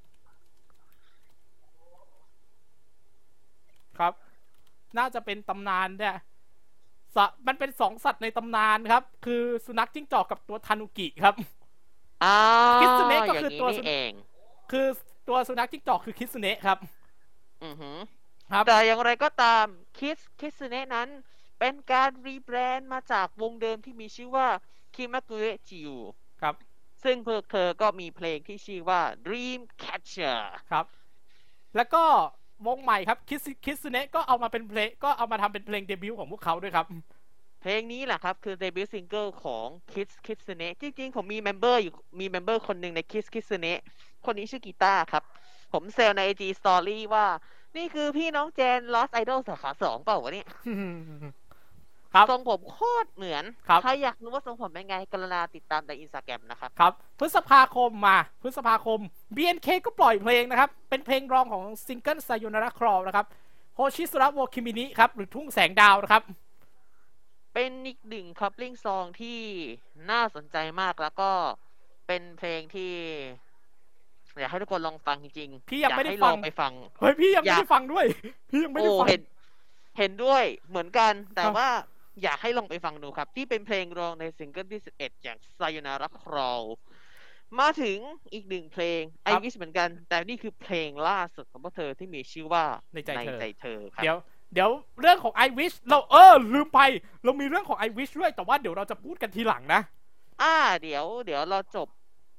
ครับน่าจะเป็นตำนานเนี่ยมันเป็นสองสัตว์ในตำนานครับคือสุนัขจิ้งจอกกับตัวทานุกิครับคิสเนะก็คือตัวเองคือตัวสุนัขจิ้งจอกคือคิสเนะครับอือหือครับแต่อย่างไรก็ตามคิสคิสเนะนั้นเป็นการรีแบรนด์มาจากวงเดิมที่มีชื่อว่าคิมากุเระจิวครับซึ่งพวกเธอก็มีเพลงที่ชื่อว่า Dream Catcher ครับแล้วก็วงใหม่ครับคิสคิสเนะก็เอามาเป็นเพลงก็เอามาทำเป็นเพลงเดบิวต์ของพวกเขาด้วยครับเพลงนี้แหละครับคือเดบิวต์ซิงเกิลของคิสคิสเนะจริงๆผมมีเมมเบอร์อยู่มีเมมเบอร์คนหนึ่งในคิสคิสเนะคนนี้ชื่อกีตาร์ครับผมเซลใน ไอ จี Story ว่านี่คือพี่น้องแจน Lost Idol สาขาสองเปล่าวะเนี่ยครับทรงผมโคตรเหมือนใครอยากรู้ว่าทรงผมเป็นไงกรุณาติดตามใน Instagram นะครับครับพฤษภาคมมาพฤษภาคม บี เอ็น เค ก็ปล่อยเพลงนะครับเป็นเพลงรองของซิงเกิลไซโยนาระครอลนะครับโฮชิสุระโวคิมินิครับหรือทุ่งแสงดาวนะครับเป็นอีกหนึ่งคัพลิ่งซองที่น่าสนใจมากแล้วก็เป็นเพลงที่อยากให้ทุกคนลองฟังจริงๆพี่ยังไม่ได้ฟังไปฟังเฮ้ยพี่ยังไม่ได้ฟังด้วยพี่ยังไม่ได้ฟังเห็นเห็นด้วยเหมือนกันแต่ว่าอยากให้ลองไปฟังดูครับที่เป็นเพลงรองในซิงเกิลที่สิบเอ็ดอย่างไซโยนาระครอลมาถึงอีกหนึ่งเพลงไอวิชเหมือนกันแต่นี่คือเพลงล่าสุดของพวกเธอที่มีชื่อว่าในใจเธอครับเดี๋ยวเดี๋ยวเรื่องของ I Wish เราเออลืมไปเรามีเรื่องของ I Wish ด้วยแต่ว่าเดี๋ยวเราจะพูดกันทีหลังนะอ่าเดี๋ยวเดี๋ยวเราจบ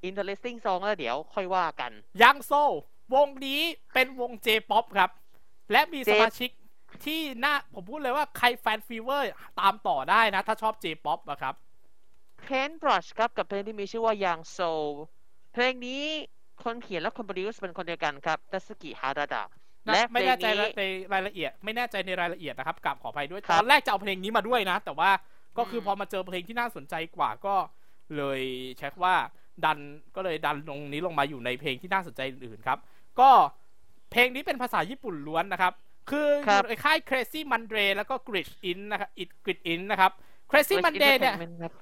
interesting song แล้วเดี๋ยวค่อยว่ากันยังโซวงนี้เป็นวง J-pop ครับและมีสมาชิกที่น่าผมพูดเลยว่าใครแฟนฟีเวอร์ตามต่อได้นะถ้าชอบ J-pop นะครับ Paintbrush ครับกับเพลงที่มีชื่อว่า Young Soul เพลงนี้คนเขียนและคนโปรดิวซ์เป็นคนเดียวกันครับทัสกิฮาราดะและไม่แน่ใจในรายละเอียดไม่แน่ใจในรายละเอียดนะครับกลับขออภัยด้วยตอนแรกจะเอาเพลงนี้มาด้วยนะแต่ว่าก็คือพอมาเจอเพลงที่น่าสนใจกว่าก็เลยใช้ว่าดันก็เลยดันตรงนี้ลงมาอยู่ในเพลงที่น่าสนใจอื่นๆครับก็เพลงนี้เป็นภาษาญี่ปุ่นล้วนนะครับคืออยู่ในค่าย Crazy Monday แล้วก็ Glitch In นะครับ It Glitch In นะครับ Crazy Monday เนี่ย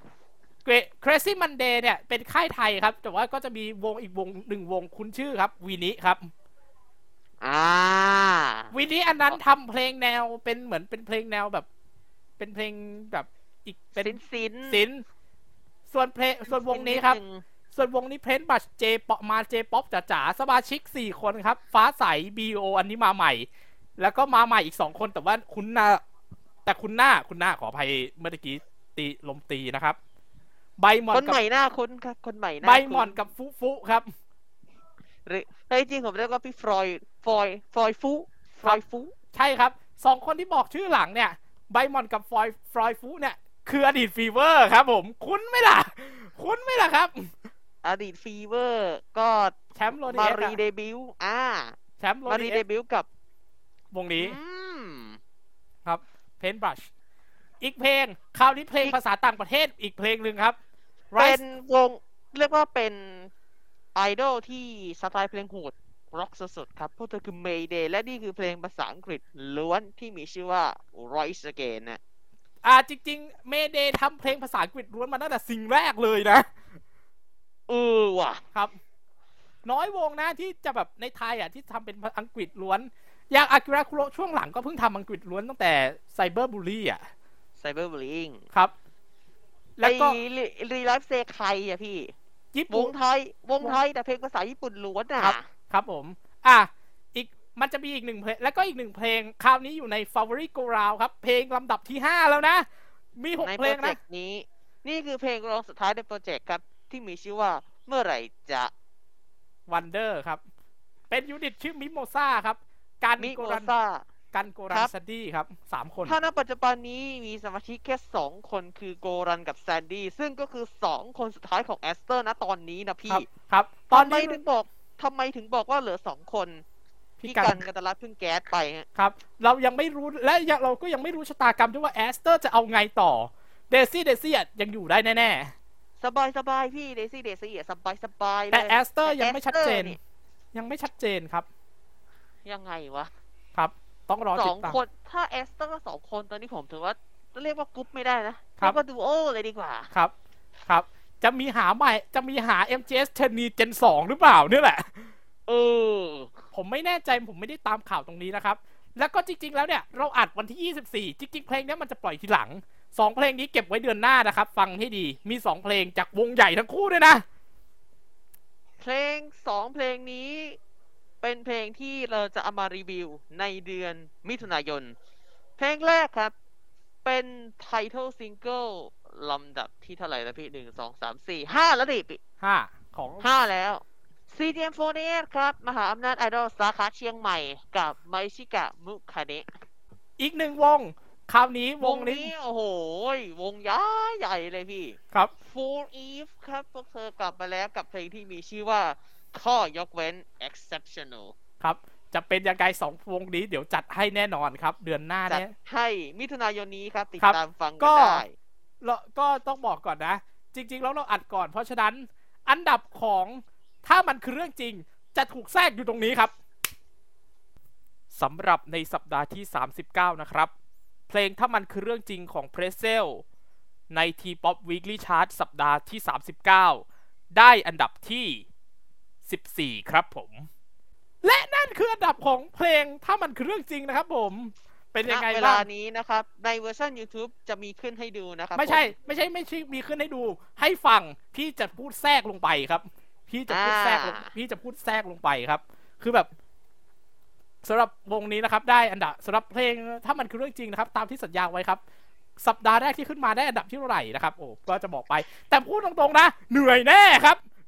Crazy Monday เนี่ยเป็นค่ายไทยครับแต่ว่าก็จะมีวงอีกวงหนึ่งวงคุ้นชื่อครับวีนิครับอ่าวีนิอันนั้นทำเพลงแนวเป็นเหมือนเป็นเพลงแนวแบบเป็นเพลงแบบอีกเป็นศิลป์ศิลป์ส่วนเพลงส่วนวงนี้ครับส่วนวงนี้เพลงบัชเจป๊อปมาเจป๊อปจ๋าๆสมาชิกสี่คนครับฟ้าใส บี โอ อันนี้มาใหม่แล้วก็มาใหม่อีกสองคนแต่ว่าคุณหน้าแต่คุณหน้าคุณหน้าขออภัยเมื่อกี้ตีลมตีนะครับใบหมอนคนใหม่หน้าคุณครับคนใหม่หน้าใบหมอนกับฟุฟุครับหรือจริงผมเรียกว่าพี่ฟรอยฟรอยฟรอยฟุฟรอยฟุใช่ครับสองคนที่บอกชื่อหลังเนี่ยใบหมอนกับฟรอยฟรอยฟุเนี่ยคืออดีตฟีเวอร์ครับผมคุ้นไหมล่ะคุ้นไหมล่ะครับอดีตฟีเวอร์ก็แชมป์โรดีเอสมารีเดบิวต์อ่าแชมป์โรดีเอสมารีเดบิวต์กับวงนี้ครับเพนบรัชอีกเพลงคราวนี้เพลงภาษาต่างประเทศอีกเพลงหนึ่งครับเป็นวงเรียกว่าเป็นไอดอลที่สไตล์เพลงโหดร็อกสุดๆครับพวกเธอคือ Mayday และนี่คือเพลงภาษาอังกฤษล้วนที่มีชื่อว่า Rise Again นะอ่าจริงๆ Mayday ทำเพลงภาษาอังกฤษล้วนมาตั้งแต่สิ่งแรกเลยนะเออว่ะครับน้อยวงนะที่จะแบบในไทยอ่ะที่ทำเป็นอังกฤษล้วนอย่างอากิระคุโระช่วงหลังก็เพิ่งทำอังกฤษล้วนตั้งแต่ไซเบอร์บูลลี่อ่ะไซเบอร์บูลลี่ครับแล้วก็รีไลฟ์เซใครอ่ะพี่วงไทยวงไทยแต่เพลงภาษาญี่ปุ่นล้วนอ่ะครับผมอ่ะอีกมันจะมีอีกหนึ่งเพลงแล้วก็อีกหนึ่งเพลงคราวนี้อยู่ใน Favorite Go Round ครับเพลงลำดับที่ห้าแล้วนะมีหกเพลงนะนี้นี่คือเพลงร้องสุดท้ายในโปรเจกต์ครับที่มีชื่อว่าเมื่อไหร่จะ Wonder ครับเป็นยูนิตชื่อมิโมซ่าครับการมิโมซ่ากันโกรันซันดี้ครับสามคนถ้าณปัจจุบันนี้มีสมาชิกแค่สองคนคือโกรันกับแซนดี้ซึ่งก็คือสองคนสุดท้ายของแอสเตอร์ณตอนนี้นะพี่ครับตอนนี้ถึงบอกทำไมถึงบอกว่าเหลือสองคนพี่กันกันตะลัดพึ่งแก๊สไปครับเรายังไม่รู้และเราก็ยังไม่รู้ชะตากรรมด้วยว่าแอสเตอร์จะเอาไงต่อเดซี่เดซี่ยังอยู่ได้แน่ๆสบายสบายพี่เดซี่เดซี่สบายสบายเลยแต่แอสเตอร์ยังไม่ชัดเจนยังไม่ชัดเจนครับยังไงวะครับต้องรอสองคนถ้าแอสเตอร์สองคนตอนนี้ผมถือว่าเรียกว่ากรุ๊ปไม่ได้นะเรียกว่าดูโอเลยดีกว่าครับครับจะมีหาใหม่จะมีหา เอ็ม จี เอส Tenny Gen สองหรือเปล่าเนี่ยแหละเออผมไม่แน่ใจผมไม่ได้ตามข่าวตรงนี้นะครับแล้วก็จริงๆแล้วเนี่ยเราอัดวันที่ยี่สิบสี่จริงๆเพลงนี้มันจะปล่อยทีหลังสองเพลงนี้เก็บไว้เดือนหน้านะครับฟังให้ดีมีสองเพลงจากวงใหญ่ทั้งคู่ด้วยนะเพลงสองเพลงนี้เป็นเพลงที่เราจะเอามารีวิวในเดือนมิถุนายนเพลงแรกครับเป็นไทเทิลซิงเกิลลำดับที่เท่าไหร่แล้วพี่หนึ่งสองสามสี่ห้าแล้วดิพี่ห้าของห้าแล้ว ซี ที เอ็ม โฟร์ตี้เอท ครับมหาอำนาจไอดอลสาขาเชียงใหม่กับไมชิกะมุคาเนะอีกหนึ่งวงคราวนี้วงนี้โอ้โหวงย้ายใหญ่เลยพี่ครับ Full Eve ครับพวกเธอกลับมาแล้วกับเพลงที่มีชื่อว่าข้อยกเว้น exceptional ครับจะเป็นยังไงสองวงนี้เดี๋ยวจัดให้แน่นอนครับเดือนหน้าจัดให้มิถุนายนนี้ครับติดตามฟังกันได้แล้วก็ต้องบอกก่อนนะจริงๆแล้วเราอัดก่อนเพราะฉะนั้นอันดับของถ้ามันคือเรื่องจริงจะถูกแทรกอยู่ตรงนี้ครับสำหรับในสัปดาห์ที่สามสิบเก้านะครับเพลงถ้ามันคือเรื่องจริงของ Pretzel ใน T-pop Weekly Chart สัปดาห์ที่สามสิบเก้าได้อันดับที่สิบสี่ครับผมและนั่นคืออันดับของเพลงถ้ามันคือเรื่องจริงนะครับผมเป็นยังไงบ้างเวลานี้นะครับในเวอร์ชัน YouTube จะมีขึ้นให้ดูนะครับไม่ใช่ไม่ใช่ไม่ใช่มีขึ้นให้ดูให้ฟังพี่จะพูดแทรกลงไปครับพี่จะพูดแทรกลงพี่จะพูดแทรกลงไปครับคือแบบสำหรับวงนี้นะครับได้อันดับสำหรับเพลงถ้ามันคือเรื่องจริงนะครับตามที่สัญญาไว้ครับสัปดาห์แรกที่ขึ้นมาได้อันดับที่เท่าไหร่นะครับโอ้ก็จะบอกไปแต่พูดตรงๆนะเหนื่อยแน่ครับ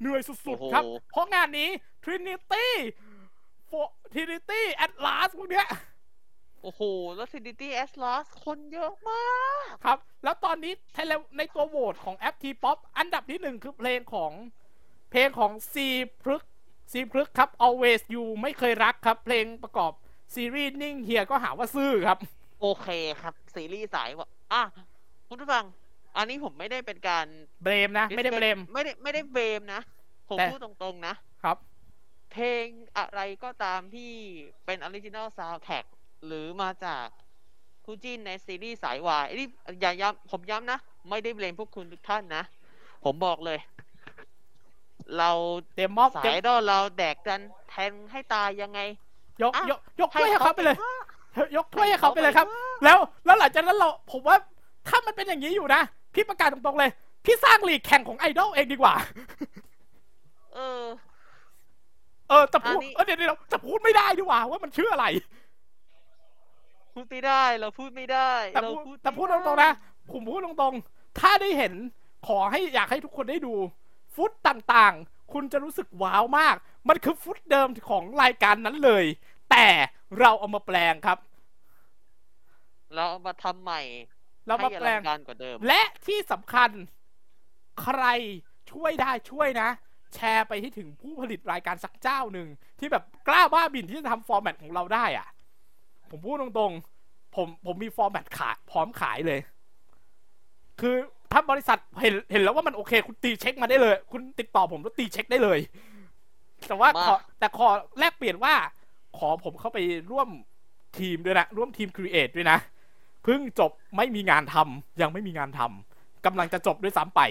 เหนื่อยสุดๆครับเพราะงานนี้ Trinity Trinity Atlas พวกเนี้ยโอ้โหแล้ว Trinity Atlas คนเยอะมากครับแล้วตอนนี้ในตัวโหวตของแอป T-pop อันดับที่หนึ่งคือเพลงของเพลงของซีพฤกซีพฤกครับ Always You ไม่เคยรักครับเพลงประกอบซีรีส์นิ่งเฮียก็หาว่าซื่อครับโอเคครับซีรีส์สายว่าอ่ะคุณผู้ฟังอันนี้ผมไม่ได้เป็นการเบรมนะไม่ได้เบรมไม่ได้ไม่ได้เบรมนะผมพูดตรงๆนะครับเพลงอะไรก็ตามที่เป็นออริจินอลซาวด์แทร็กหรือมาจากคู่จิ้นในซีรีส์สายวายนี่อย่าย้ำผมย้ำนะไม่ได้เบรมพวกคุณทุกท่านนะผมบอกเลยเราเต็มม็อบสายดอเราแดกกันแทงให้ตายยังไงยกยกยกถ้วยให้เขาไปเลยยกถ้วยให้เขาไปเลยครับแล้วแล้วหลังจากนั้นเราผมว่าถ้ามันเป็นอย่างนี้อยู่นะพี่ประกาศตรงๆเลยพี่สร้างลีกแข่งของไอดอลเองดีกว่าเออเออแต่พูดเออเดี๋ยวเดี๋ยวจะพูดไม่ได้ดีกว่าว่ามันชื่ออะไรพูดไม่ได้เราพูดไม่ได้แต่พูดแต่พูดตรงๆนะผมพูดตรงๆถ้าได้เห็นขอให้อยากให้ทุกคนได้ดูฟุตต่างๆคุณจะรู้สึกว้าวมากมันคือฟุตเดิมของรายการนั้นเลยแต่เราเอามาแปลงครับเราเอามาทำใหม่เรามาแปลงการกว่าเดิมและที่สำคัญใครช่วยได้ช่วยนะแชร์ไปให้ถึงผู้ผลิตรายการสักเจ้าหนึ่งที่แบบกล้าบ้าบินที่จะทำฟอร์แมตของเราได้อ่ะผมพูดตรงๆผมผมมีฟอร์แมตขายพร้อมขายเลยคือถ้าบริษัทเห็นเห็นแล้วว่ามันโอเคคุณตีเช็คมาได้เลยคุณติดต่อผมแล้วตีเช็คได้เลยแต่ว่าขอแต่ขอแลกเปลี่ยนว่าขอผมเข้าไปร่วมทีมด้วยนะร่วมทีมครีเอทด้วยนะเพิ่งจบไม่มีงานทำยังไม่มีงานทำกำลังจะจบด้วยซ้ำไป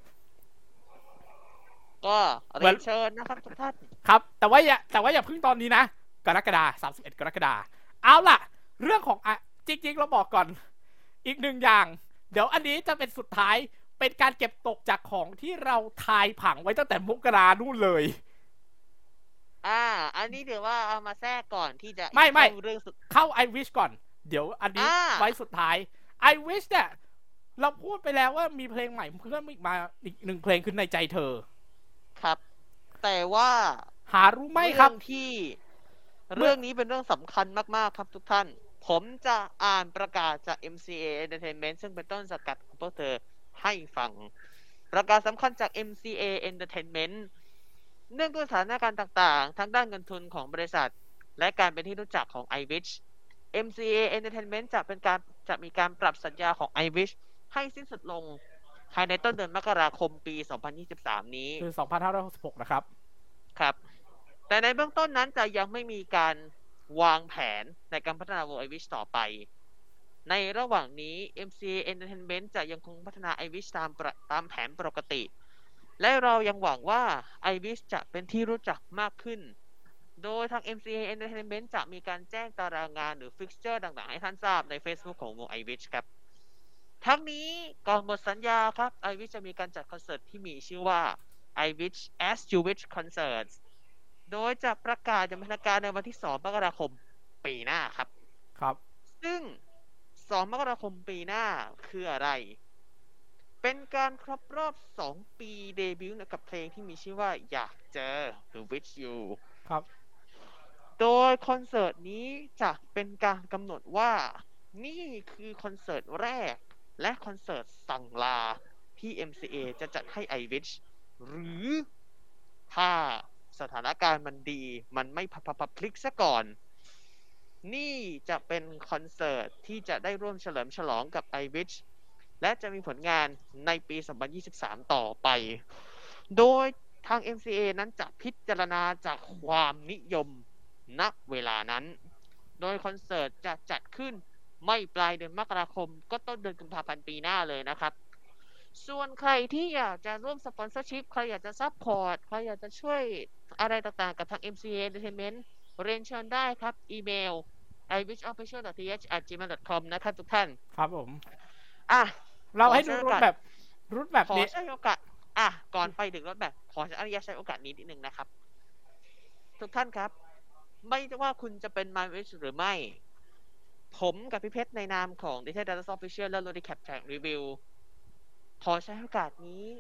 ก็เรียนเชิญนะครับทุกท่านครับแต่ว่าอย่าแต่ว่าอย่าเพิ่งตอนนี้นะกรกฎาคมสามสิบเอ็ดกรกฎาคมเอาล่ะเรื่องของอ่ะจริงๆเราบอกก่อนอีกหนึ่งอย่างเดี๋ยวอันนี้จะเป็นสุดท้ายเป็นการเก็บตกจากของที่เราทายผังไว้ตั้งแต่มกรานู่นเลยอ่าอันนี้เดี๋ยวว่าเอามาแทรกก่อนที่จะไม่ไม่เรื่องสุดเข้า I wish ก่อนเดี๋ยวอันนี้ไว้สุดท้าย I wish เนี่ยเราพูดไปแล้วว่ามีเพลงใหม่เพิ่มอีกมาอีกหนึ่งเพลงคือในใจเธอครับแต่ว่าหารู้ไหมครับที่เรื่องนี้เป็นเรื่องสำคัญมากๆครับทุกท่านผมจะอ่านประกาศจาก เอ็ม ซี เอ Entertainment ซึ่งเป็นต้นสังกัดของพวกเธอให้ฟังประกาศสำคัญจาก เอ็ม ซี เอ Entertainment เนื่องด้วยสถานการณ์ต่างๆทั้งด้านเงินทุนของบริษัทและการเป็นที่รู้จักของ I wish เอ็ม ซี เอ Entertainment จะเป็นการจะมีการปรับสัญญาของ I wish ให้สิ้นสุดลงภายในต้นเดือนมกราคมปีสองพันยี่สิบสามนี้คือสองพันห้าร้อยหกสิบหกนะครับครับแต่ในเบื้องต้นนั้นจะยังไม่มีการวางแผนในการพัฒนาวง I wish ต่อไปในระหว่างนี้ เอ็ม ซี เอ Entertainment จะยังคงพัฒนา I wish ตามตามแผนปกติและเรายังหวังว่า I wish จะเป็นที่รู้จักมากขึ้นโดยทาง เอ็ม ซี เอ Entertainment จะมีการแจ้งตารางงานหรือ fixture ต่างๆให้ท่านทราบใน Facebook ของวง I wish ครับทั้งนี้ก่อนหมดสัญญาครับ I wish จะมีการจัดคอนเสิร์ตที่มีชื่อว่า I wish as you wish concerts โดยจะประกาศอย่างเป็นทางการในวันที่สองมกราคมปีหน้าครับครับซึ่งสองมกราคมปีหน้าคืออะไรเป็นการครบรอบสองปีเดบิวต์กับเพลงที่มีชื่อว่าอยากเจอหรือ Wish You ครับโดยคอนเสิร์ตนี้จะเป็นการกำหนดว่านี่คือคอนเสิร์ตแรกและคอนเสิร์ตสั่งลาที่ เอ็ม ซี เอ จะจัดให้ I wish หรือถ้าสถานการณ์มันดีมันไม่พับพับพลิกซะก่อนนี่จะเป็นคอนเสิร์ตที่จะได้ร่วมเฉลิมฉลองกับ I wish และจะมีผลงานในปีสองพันยี่สิบสามต่อไปโดยทาง เอ็ม ซี เอ นั้นจะพิจารณาจากความนิยมณเวลานั้นโดยคอนเสิร์ตจะจัดขึ้นไม่ปลายเดือนมกราคมก็ต้นเดือนกุมภาพันธ์ปีหน้าเลยนะครับส่วนใครที่อยากจะร่วมสปอนเซอร์ชิพใครอยากจะซัพพอร์ตใครอยากจะช่วยอะไรต่างๆกับทาง เอ็ม ซี เอ Entertainment เรียนเชิญได้ครับอีเมล ไอ วิช ออฟฟิเชียล ดอท ที เอช แอท จีเมล ดอท คอม นะครับทุกท่านครับผมอ่ะเราให้ดูรูปแบบรูปแบบนี้ขอใช้โอกาสอ่ะก่อนไปถึงรถแบบขออนุญาตใช้โอกาสนี้นิดนึงนะครับทุกท่านครับไม่ว่าคุณจะเป็น My Wish หรือไม่ผมกับพี่เพชรในนามของ Detail Data Official และ Lodi Cap Track Review ขอใช้โอกาสนี้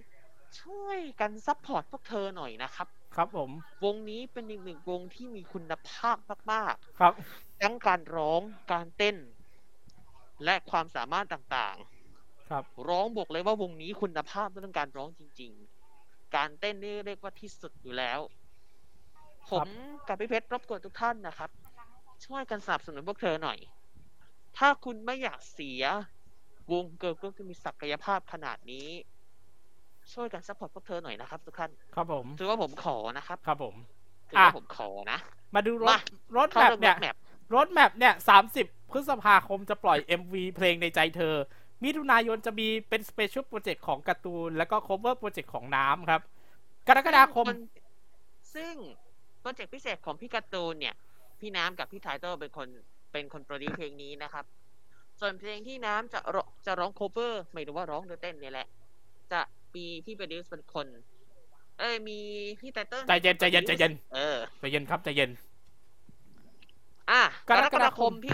ช่วยกันซัพพอร์ตพวกเธอหน่อยนะครับครับผมวงนี้เป็นอีกหนึ่งวงที่มีคุณภาพมากๆครับทั้งการร้องการเต้นและความสามารถต่างๆครับร้องบอกเลยว่าวงนี้คุณภาพเรื่องการร้องจริงๆการเต้นนี่เรียกว่าที่สุดอยู่แล้วผมกับพี่เพชรรบกวนทุกท่านนะครับช่วยกันสนับสนุนพวกเธอหน่อยถ้าคุณไม่อยากเสียวงเกิร์ลกรุ๊ปที่มีศักยภาพขนาดนี้ช่วยกันซัพพอร์ตพวกเธอหน่อยนะครับทุกท่านครับผมถือว่าผมขอนะครับครับผมถือว่าผมขอนะมาดูรถรถแมพเนี่ยรถแมพเนี่ยสามสิบพฤษภาคมจะปล่อย เอ็ม วี เพลงในใจเธอมิถุนายนจะมีเป็นสเปเชียลโปรเจกต์ของการ์ตูนแล้วก็ cover โปรเจกต์ของน้ำครับกรกฎาคมซึ่งโปรเจกต์พิเศษของพี่การ์ตูนเนี่ยพี่น้ำกับพี่ไทเติลเป็นคนเป็นคนโปรดิวเพลงนี้นะครับส่วนเพลงที่น้ำจะจะร้อง cover ไม่รู้ว่าร้องหรือเต้นเนี่ยแหละจะมีพี่โปรดิวเป็นคนเอ้ยมีพี่ไทเติลใจเย็นใจเย็นใจเย็นเออใจเย็นครับใจเย็นอ่ะกรกฎาคมพี่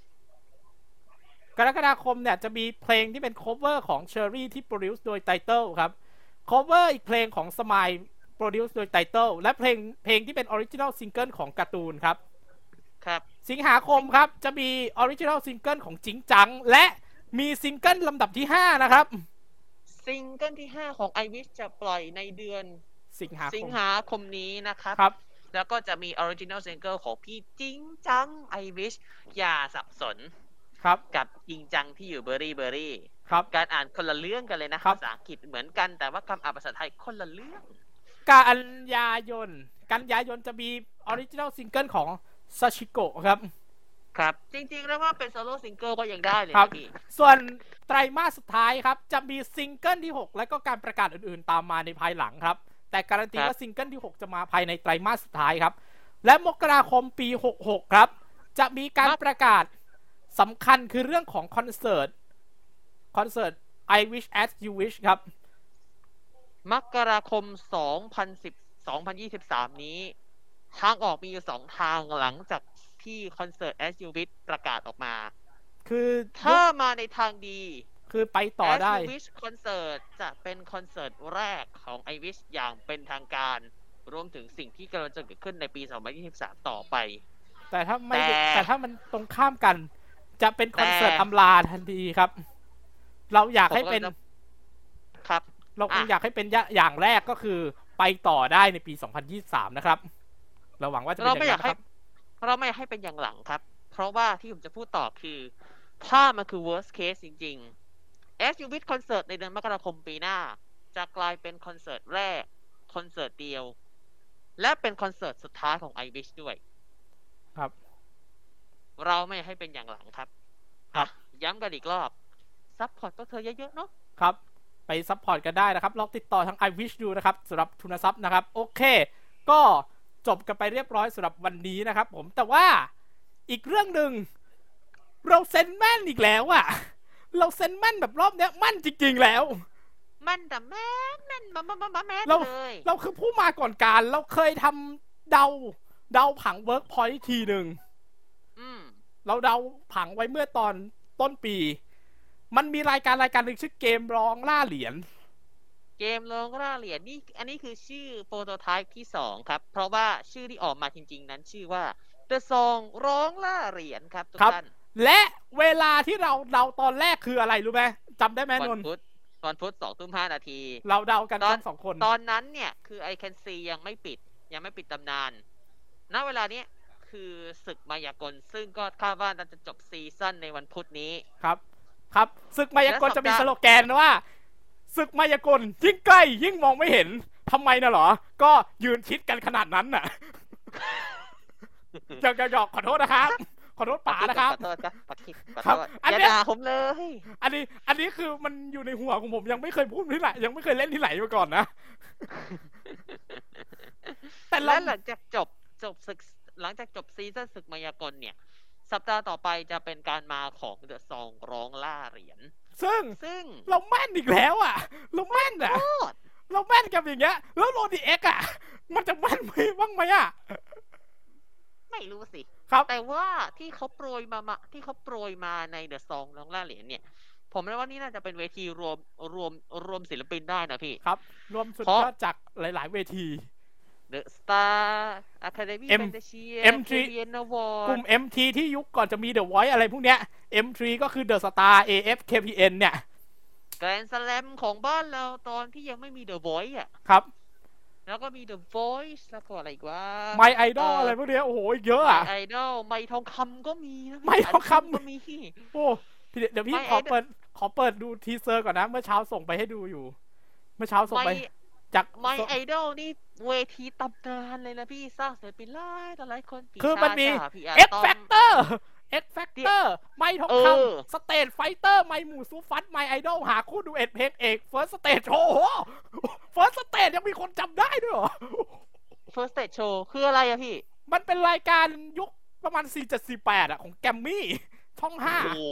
กรกฎาคมเนี่ยจะมีเพลงที่เป็น cover ของ Cherry ที่ produce โดย Title ครับ cover อีกเพลงของ Smile produce โดย Title และเพลงเพลงที่เป็น original single ของการ์ตูนครับครับสิงหาคมครับจะมี original single ของจิงจังและมีซิงเกิลลำดับที่ห้านะครับซิงเกิลที่ห้าของ I Wish จะปล่อยในเดือนสิงหาคมสิงหาคมนี้นะครับครับแล้วก็จะมี original single ของพี่จิงจัง I Wish อย่าสับสนครับกับจริงจังที่อยู่เบอร์รี่เบอร์รี่ครับการอ่านคนละเรื่องกันเลยนะภาษาอังกฤษเหมือนกันแต่ว่าคำอ่านภาษาไทยคนละเรื่องกันยายนกันยายนจะมีออริจินัลซิงเกิลของซาชิโกะครับครับจริงๆแล้วว่าเป็นโซโล่ซิงเกิลก็ยังได้เลยครับส่วนไตรมาสสุดท้ายครับจะมีซิงเกิลที่หกและก็การประกาศอื่นๆตามมาในภายหลังครับแต่การันตีว่าซิงเกิลที่หกจะมาภายในไตรมาสสุดท้ายครับและมกราคมปีหกสิบหกครับจะมีการประกาศสำคัญคือเรื่องของคอนเสิร์ตคอนเสิร์ต I Wish As You Wish ครับมกราคมสองพันสิบ สองพันยี่สิบสามนี้ทางออกมีอยู่สองทางหลังจากที่คอนเสิร์ต As You Wish ประกาศออกมาคือถ้ามาในทางดีคือไปต่อได้ As You Wish คอนเสิร์ตจะเป็นคอนเสิร์ตแรกของ I Wish อย่างเป็นทางการรวมถึงสิ่งที่กำลังจะเกิดขึ้นในปีสองพันยี่สิบสามต่อไปแต่ถ้าไม่แต่ถ้ามันตรงข้ามกันจะเป็นคอนเสิร์ตอำลาทันทีครับเราอยากให้เป็นครับเราคงอยากให้เป็นอย่างแรกก็คือไปต่อได้ในปีสองพันยี่สิบสามนะครับเราหวังว่าจะเป็นอย่างนั้นครับเราไม่อยากให้เป็นอย่างหลังครับเพราะว่าที่ผมจะพูดต่อคือถ้ามันคือ worst case จริงๆ As You Wish คอนเสิร์ตในเดือนมกราคมปีหน้าจะกลายเป็นคอนเสิร์ตแรกคอนเสิร์ตเดียวและเป็นคอนเสิร์ตสุดท้ายของ I Wish ด้วยครับเราไม่ให้เป็นอย่างหลังครับครับย้ำกันอีกรอบซัพพอร์ตตัวเธอเยอะๆเนาะครับไปซัพพอร์ตกันได้นะครับลองติดต่อทาง I Wish ดูนะครับสำหรับทุนทรัพย์นะครับโอเคก็จบกันไปเรียบร้อยสำหรับวันนี้นะครับผมแต่ว่าอีกเรื่องหนึ่งเราเซ็นแม่นอีกแล้วอะเราเซ็นแม่นแบบรอบเนี้ยแม่นจริงๆแล้วแม่นแต่แม่นแม่นมามามาแม่นเลยเราคือผู้มาก่อนการเราเคยทำเดาเดาผังเวิร์กพอยท์ทีหนึ่งเราเดาผังไว้เมื่อตอนต้นปีมันมีรายการรายการหนึ่งชื่อเกมร้องล่าเหรียญเกมร้องล่าเหรียญนี่อันนี้คือชื่อโปรโตไทป์ที่สองครับเพราะว่าชื่อที่ออกมาจริงๆนั้นชื่อว่า The Song ร้องล่าเหรียญครับทุกท่านและเวลาที่เราเดาตอนแรกคืออะไรรู้ไหมจำได้ไหมนนท์ตอนพุธสองทุ่มห้านาทีเราเดากันทั้งสองคนตอนนั้นเนี่ยคือ I Can See ยังไม่ปิดยังไม่ปิดตำนานณเวลานี้คือศึกมายากลซึ่งก็คาดว่าจะจบซีซั่นในวันพุธนี้ครับครับศึกมายากลจะมีสโลแกนว่าศึกมายากลยิ่งใกล้ยิ่งมองไม่เห็นทำไมนะหรอก็ยืนชิดกันขนาดนั้นน่ะหยอกหยอกขอโทษนะครับขอโทษป๋านะครับขอโทษครับอันนี้ด่าผมเลยอันนี้อันนี้คือมันอยู่ในหัวของผมยังไม่เคยพูดที่ไหนยังไม่เคยเล่นที่ไหนมาก่อนนะแต่แล้วหลังจากจบจบศึกหลังจากจบซีซั่นศึกมายากลเนี่ยสัปดาห์ต่อไปจะเป็นการมาของเดอะซองร้องล่าเหรียญซึ่งซึ่งเราแม่นอีกแล้วอ่ะเราแม่นอ่ะเราแม่นกับอย่างเงี้ยแล้วโรดีเอ็กอ่ะมันจะแม่นไหมบ้างไหมอ่ะไม่รู้สิครับแต่ว่าที่เขาโปรยมาที่เขาโปรยมาในเดอะซองร้องล่าเหรียญเนี่ยผมเรียกว่านี่น่าจะเป็นเวทีรวมรวมรวมศิลปินได้นะพี่ครับรวมสุดยอดจากหลายๆเวที The Star Academy Fantasia เอ็ม ทรี กลุ่ม เอ็ม ที ที่ยุคก่อนจะมี The Voice อะไรพวกเนี้ย เอ็ม ทรี ก็คือ The Star เอ เอฟ เค พี เอ็น เนี่ยแกรนด์สแลมของบ้านเราตอนที่ยังไม่มี The Voice อ่ะครับแล้วก็มี The Voice แล้วก็อะไรอีกว่า My Idol อะไรพวกเนี้ยโอ้โหเยอะอ่ะ My Idol ไมทองคำก็มีนะไมทองคำก็มีโอ้เดี๋ยวพี่ขอเปิดขอเปิดดูทีเซอร์ก่อนนะเมื่อเช้าส่งไปให้ดูอยู่เมื่อเช้าส่งไปจาก My Idol นี่เวทีตำนานเลยนะพี่สร้างเสร็จเป็นหลายต่อหลายคนคือมันมี X Factor X Factor ไมทองคำสเตจไฟเตอร์ไมหมู่ซูฟัดไมไอดอลหาคู่ดูเอ็ดเพลงเอก First Stage Show โอ้โห First Stage ยังมีคนจำได้ด้วยเหรอ First Stage Show คืออะไรอะพี่มันเป็นรายการยุคประมาณสี่เจ็ดสี่แปดอะของแกมมี่ช่องห้าโอ้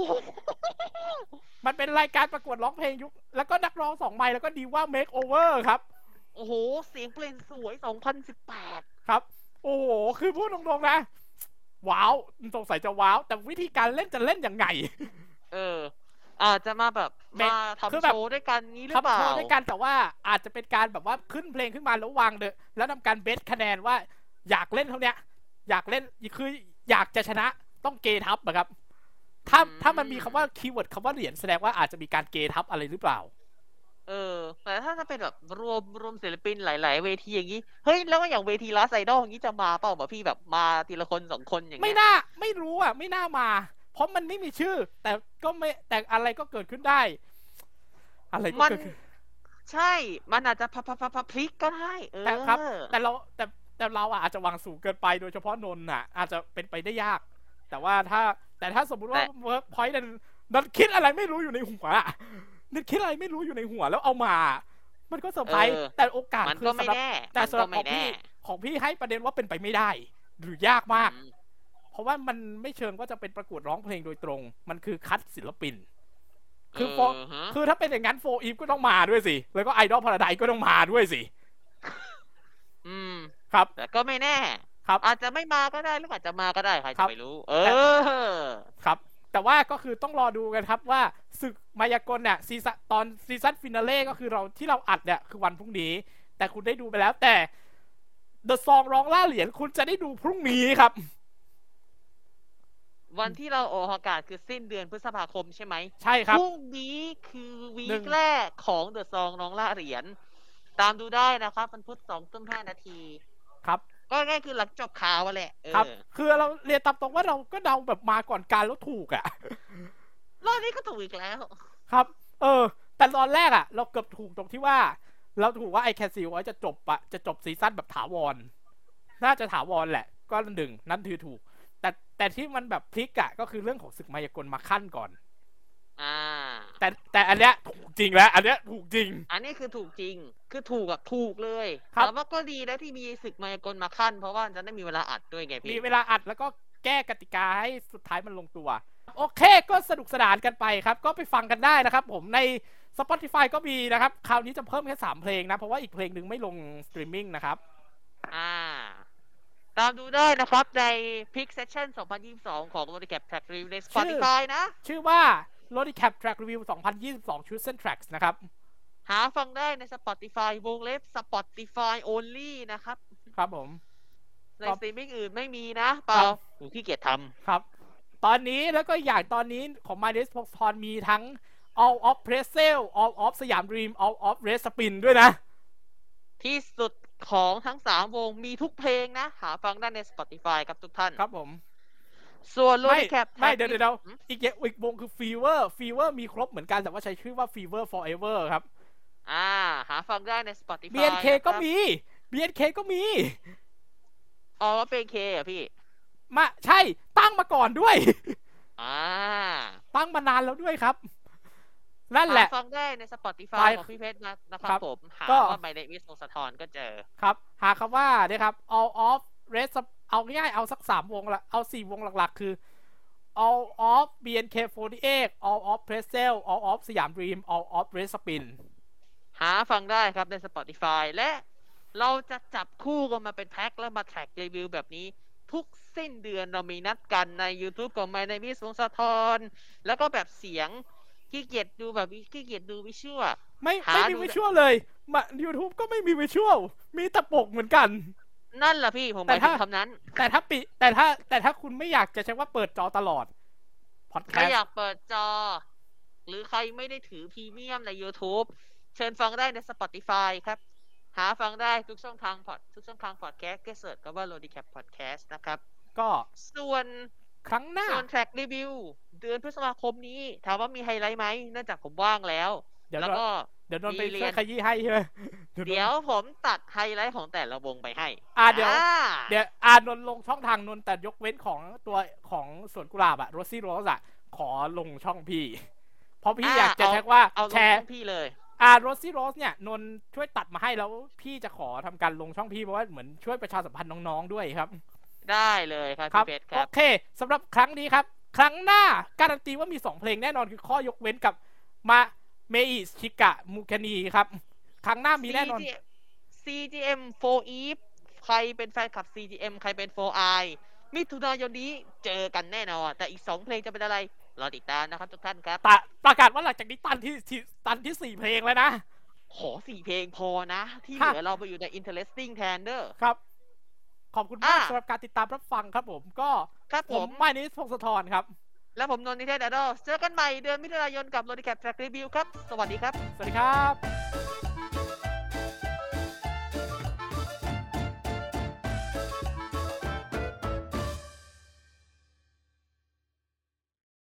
มันเป็นรายการประกวดร้องเพลงยุคแล้วก็นักร้องสองไมค์แล้วก็ดีว่า Make Over ครับโอ้โหเสียงเพลงสวยสองพันสิบแปดครับโอ้โหคือพูดตรงๆนะว้าวสงสัยจะว้าวแต่วิธีการเล่นจะเล่นยังไงเอออาจจะมาแบบมาทำโชว์ด้วยกันนี้หรือเปล่าทำโชว์ด้วยกันแต่ว่าอาจจะเป็นการแบบว่าขึ้นเพลงขึ้นมาแล้ววางเด้อแล้วทำการเบสคะแนนว่าอยากเล่นเท่านี้อยากเล่นคืออยากจะชนะต้องเกทับนะครับถ้าถ้ามันมีคำว่าคีย์เวิร์ดคำว่าเหรียญแสดงว่าอาจจะมีการเกทับอะไรหรือเปล่าเออแต่ถ้าจะเป็นแบบรวมรวมศิลปินหลายๆเวทีอย่างนี้เฮ้ยแล้วก็อย่างเวทีลาสไอดอลอย่างนี้จะมาเปล่าแบบพี่แบบมาทีละคนสองคนอย่างเงี้ยไม่น่าไม่รู้อ่ะไม่น่ามาเพราะมันไม่มีชื่อแต่ก็ไม่แต่อะไรก็เกิดขึ้นได้อะไรก็เกิดขึ้นใช่มันอาจจะพับพับพับพลิกก็ได้เออแต่ครับแต่เราแต่แต่เราอาจจะวางสูงเกินไปโดยเฉพาะนนท์อ่ะอาจจะเป็นไปได้ยากแต่ว่าถ้าแต่ถ้าสมมติว่าเวิร์กพอยต์นั้นนันคิดอะไรไม่รู้อยู่ในหัวนึกคิดอะไรไม่รู้อยู่ในหัวแล้วเอามามันก็เซอร์ไพรส์แต่โอกาสคือสำหรับแต่สำหรับของพี่ของพี่ให้ประเด็นว่าเป็นไปไม่ได้หรือยากมากเพราะว่ามันไม่เชิงว่าจะเป็นประกวดร้องเพลงโดยตรงมันคือคัดศิลปินคือโฟคือถ้าเป็นอย่างนั้นโฟอีฟก็ต้องมาด้วยสิแล้วก็ไอดอลพาราไดซ์ก็ต้องมาด้วยสิอืมครับแต่ก็ไม่แน่ครับอาจจะไม่มาก็ได้หรืออาจจะมาก็ได้ใครจะไม่รู้เออครับแต่ว่าก็คือต้องรอดูกันครับว่าศึกมายากลเนี่ยซีซั่นตอนซีซั่นฟินาเล่ก็คือเราที่เราอัดเนี่ยคือวันพรุ่งนี้แต่คุณได้ดูไปแล้วแต่ The Song ร้องล่าเหรียญคุณจะได้ดูพรุ่งนี้ครับวันที่เราออกอากาศคือสิ้นเดือนพฤษภาคมใช่ไหมใช่ครับพรุ่งนี้คือวีคแรกของ The Song ร้องล่าเหรียญตามดูได้นะครับมันพุธสองทุ่มห้านาทีครับก็ง่ายคือหลังจบข่าวแหละครับคือเราเรียนตามตรงว่าเราก็เดาแบบมาก่อนการแล้วถูกอ่ะรอบนี้ก็ถูกอีกแล้วครับเออแต่ตอนแรกอ่ะเราเกือบถูกตรงที่ว่าเราถูกว่าไอแคสซิลจะจบอะจะจบซีซั่นแบบถาวรน่าจะถาวรแหละก็หนึ่งนั่นคือถูกแต่แต่ที่มันแบบพลิกอ่ะก็คือเรื่องของศึกมายากลมาขั้นก่อนอ่าแต่แต่อันเนี้ยถูกจริงแล้วอันเนี้ยถูกจริงอันนี้คือถูกจริงคือถูกแบบถูกเลยแต่ว่าก็ดีนะที่มีศึกมายากลมาขั้นเพราะว่าจะได้มีเวลาอัดด้วยไงพี่มีเวลาอัดแล้วก็แก้กติกาให้สุดท้ายมันลงตัวโอเคก็สนุกสนานกันไปครับก็ไปฟังกันได้นะครับผมใน Spotify ก็มีนะครับคราวนี้จะเพิ่มแค่สามเพลงนะเพราะว่าอีกเพลงนึงไม่ลงสตรีมมิ่งนะครับอ่าตามดูได้นะครับใน Peak Session สองพันยี่สิบสองของ Lodicap Track Review ใน Spotify นะชื่อว่า Lodicap Track Review สองพันยี่สิบสอง Chosen Tracks นะครับหาฟังได้ใน Spotify วงเล็บ Spotify only นะครับครับผมในสตรีมมิ่งอื่นไม่มีนะเปล่าหนูขี้เกียจทำครับตอนนี้แล้วก็อย่างตอนนี้ของ My Days Box Ton มีทั้ง All of Pretzel All of สยาม Dream All of Red Spin ด้วยนะที่สุดของทั้งสามวงมีทุกเพลงนะหาฟังได้ใน Spotify ครับทุกท่านครับผมส่วน Lodicap ไม่เดี๋ยวเดี๋ยวอีกอีกวงคือ Fever Fever มีครบเหมือนกันแต่ว่าใช้ชื่อว่า Fever Forever ครับอ่าหาฟังได้ใน Spotify บี เอ็น เค ก็มี บี เอ็น เค ก็มีอ๋อว่าเป็น K อ่ะพี่มาใช่ตั้งมาก่อนด้วยอ่าตั้งมานานแล้วด้วยครับนั่นแหละฟังได้ใน Spotify ของพี่เพชรนะครับผมหาว่า My Name is โนสะทอนก็เจอครับหาคำว่าเนี่ยครับ All of Red เอาง่ายเอาสักสามวงละเอาสี่วงหลักๆคือ All of บี เอ็น เค สี่สิบแปด All of Pretzel All of สยาม Dream All of Red Spin หาฟังได้ครับใน Spotify และเราจะจับคู่กันมาเป็นแพ็คแล้วมาแทร็กรีวิวแบบนี้ทุกสิ้นเดือนเรามีนัดกันใน YouTube ของ My Name is วงสะทอนแล้วก็แบบเสียงขี้เกียจดูแบบขี้เกียจดูวิชวลไม่ไม่มีวิชวลเลยมา YouTube ก็ไม่มีวิชวลมีแต่ปกเหมือนกันนั่นแหละพี่ผมหมายถึงคำนั้นแต่ถ้าปิแต่ถ้าแต่ถ้าคุณไม่อยากจะใช้ว่าเปิดจอตลอดพอดแคสต์ไม่อยากเปิดจอหรือใครไม่ได้ถือพรีเมียมใน YouTube เชิญฟังได้ใน Spotify ครับหาฟังได้ทุกช่องทางพอดทุกช่องทางพอดแคสต์แค่เสิร์ชก็ว่า Lodicap Podcast นะครับก็ส่วนครั้งหน้าส่วนแทร็กรีวิวเดือนพฤษภาคมนี้ถามว่ามีไฮไลท์ไหมเนื่องจากผมว่างแล้วแล้วก็เดี๋ยวนนไปช่วยขยี้ให้ใช่ไหมเดี๋ยวผมตัดไฮไลท์ของแต่ละวงไปให้อ่าเดี๋ยวเดี๋ยวอ่านนลงช่องทางนนแต่ยกเว้นของตัวของสวนกุหลาบอะโรซี่โรสอะขอลงช่องพี่เพราะพี่อยากจะแท็กว่าแชร์พี่เลยอ่าโรซี่โรสเนี่ยนนช่วยตัดมาให้แล้วพี่จะขอทำการลงช่องพี่เพราะว่าเหมือนช่วยประชาสัมพันธ์น้องๆด้วยครับได้เลยครับพี่เพชรครับโอเคสำหรับครั้งนี้ครับครั้งหน้าการันตีว่ามีสองเพลงแน่นอนคือข้อยกเว้นกับมาเมอิชิกะมูคานีครับครั้งหน้ามีแน่นอนซี จี เอ็ม โฟร์ Eve ใครเป็นแฟนคลับ ซี จี เอ็ม ใครเป็น โฟร์ I มิถุนายนนี้เจอกันแน่นอนแต่อีกสองเพลงจะเป็นอะไรรอติดตามนะครับทุกท่านครับประกาศว่าหลังจากนี้ตันที่ตันที่สี่เพลงแล้วนะขอสี่เพลงพอนะที่เหลือเราไปอยู่ใน interesting แทนเด้อครับขอบคุณมากสำหรับการติดตามรับฟังครับผมก็ครับผมไม่นิสพงศธรครับแล้วผมนนท์นิเทศไอดอลเจอกันใหม่เดือนมิถุนายนกับ Lodicap Track Review ครับสวัสดีครับสวัสดีครับ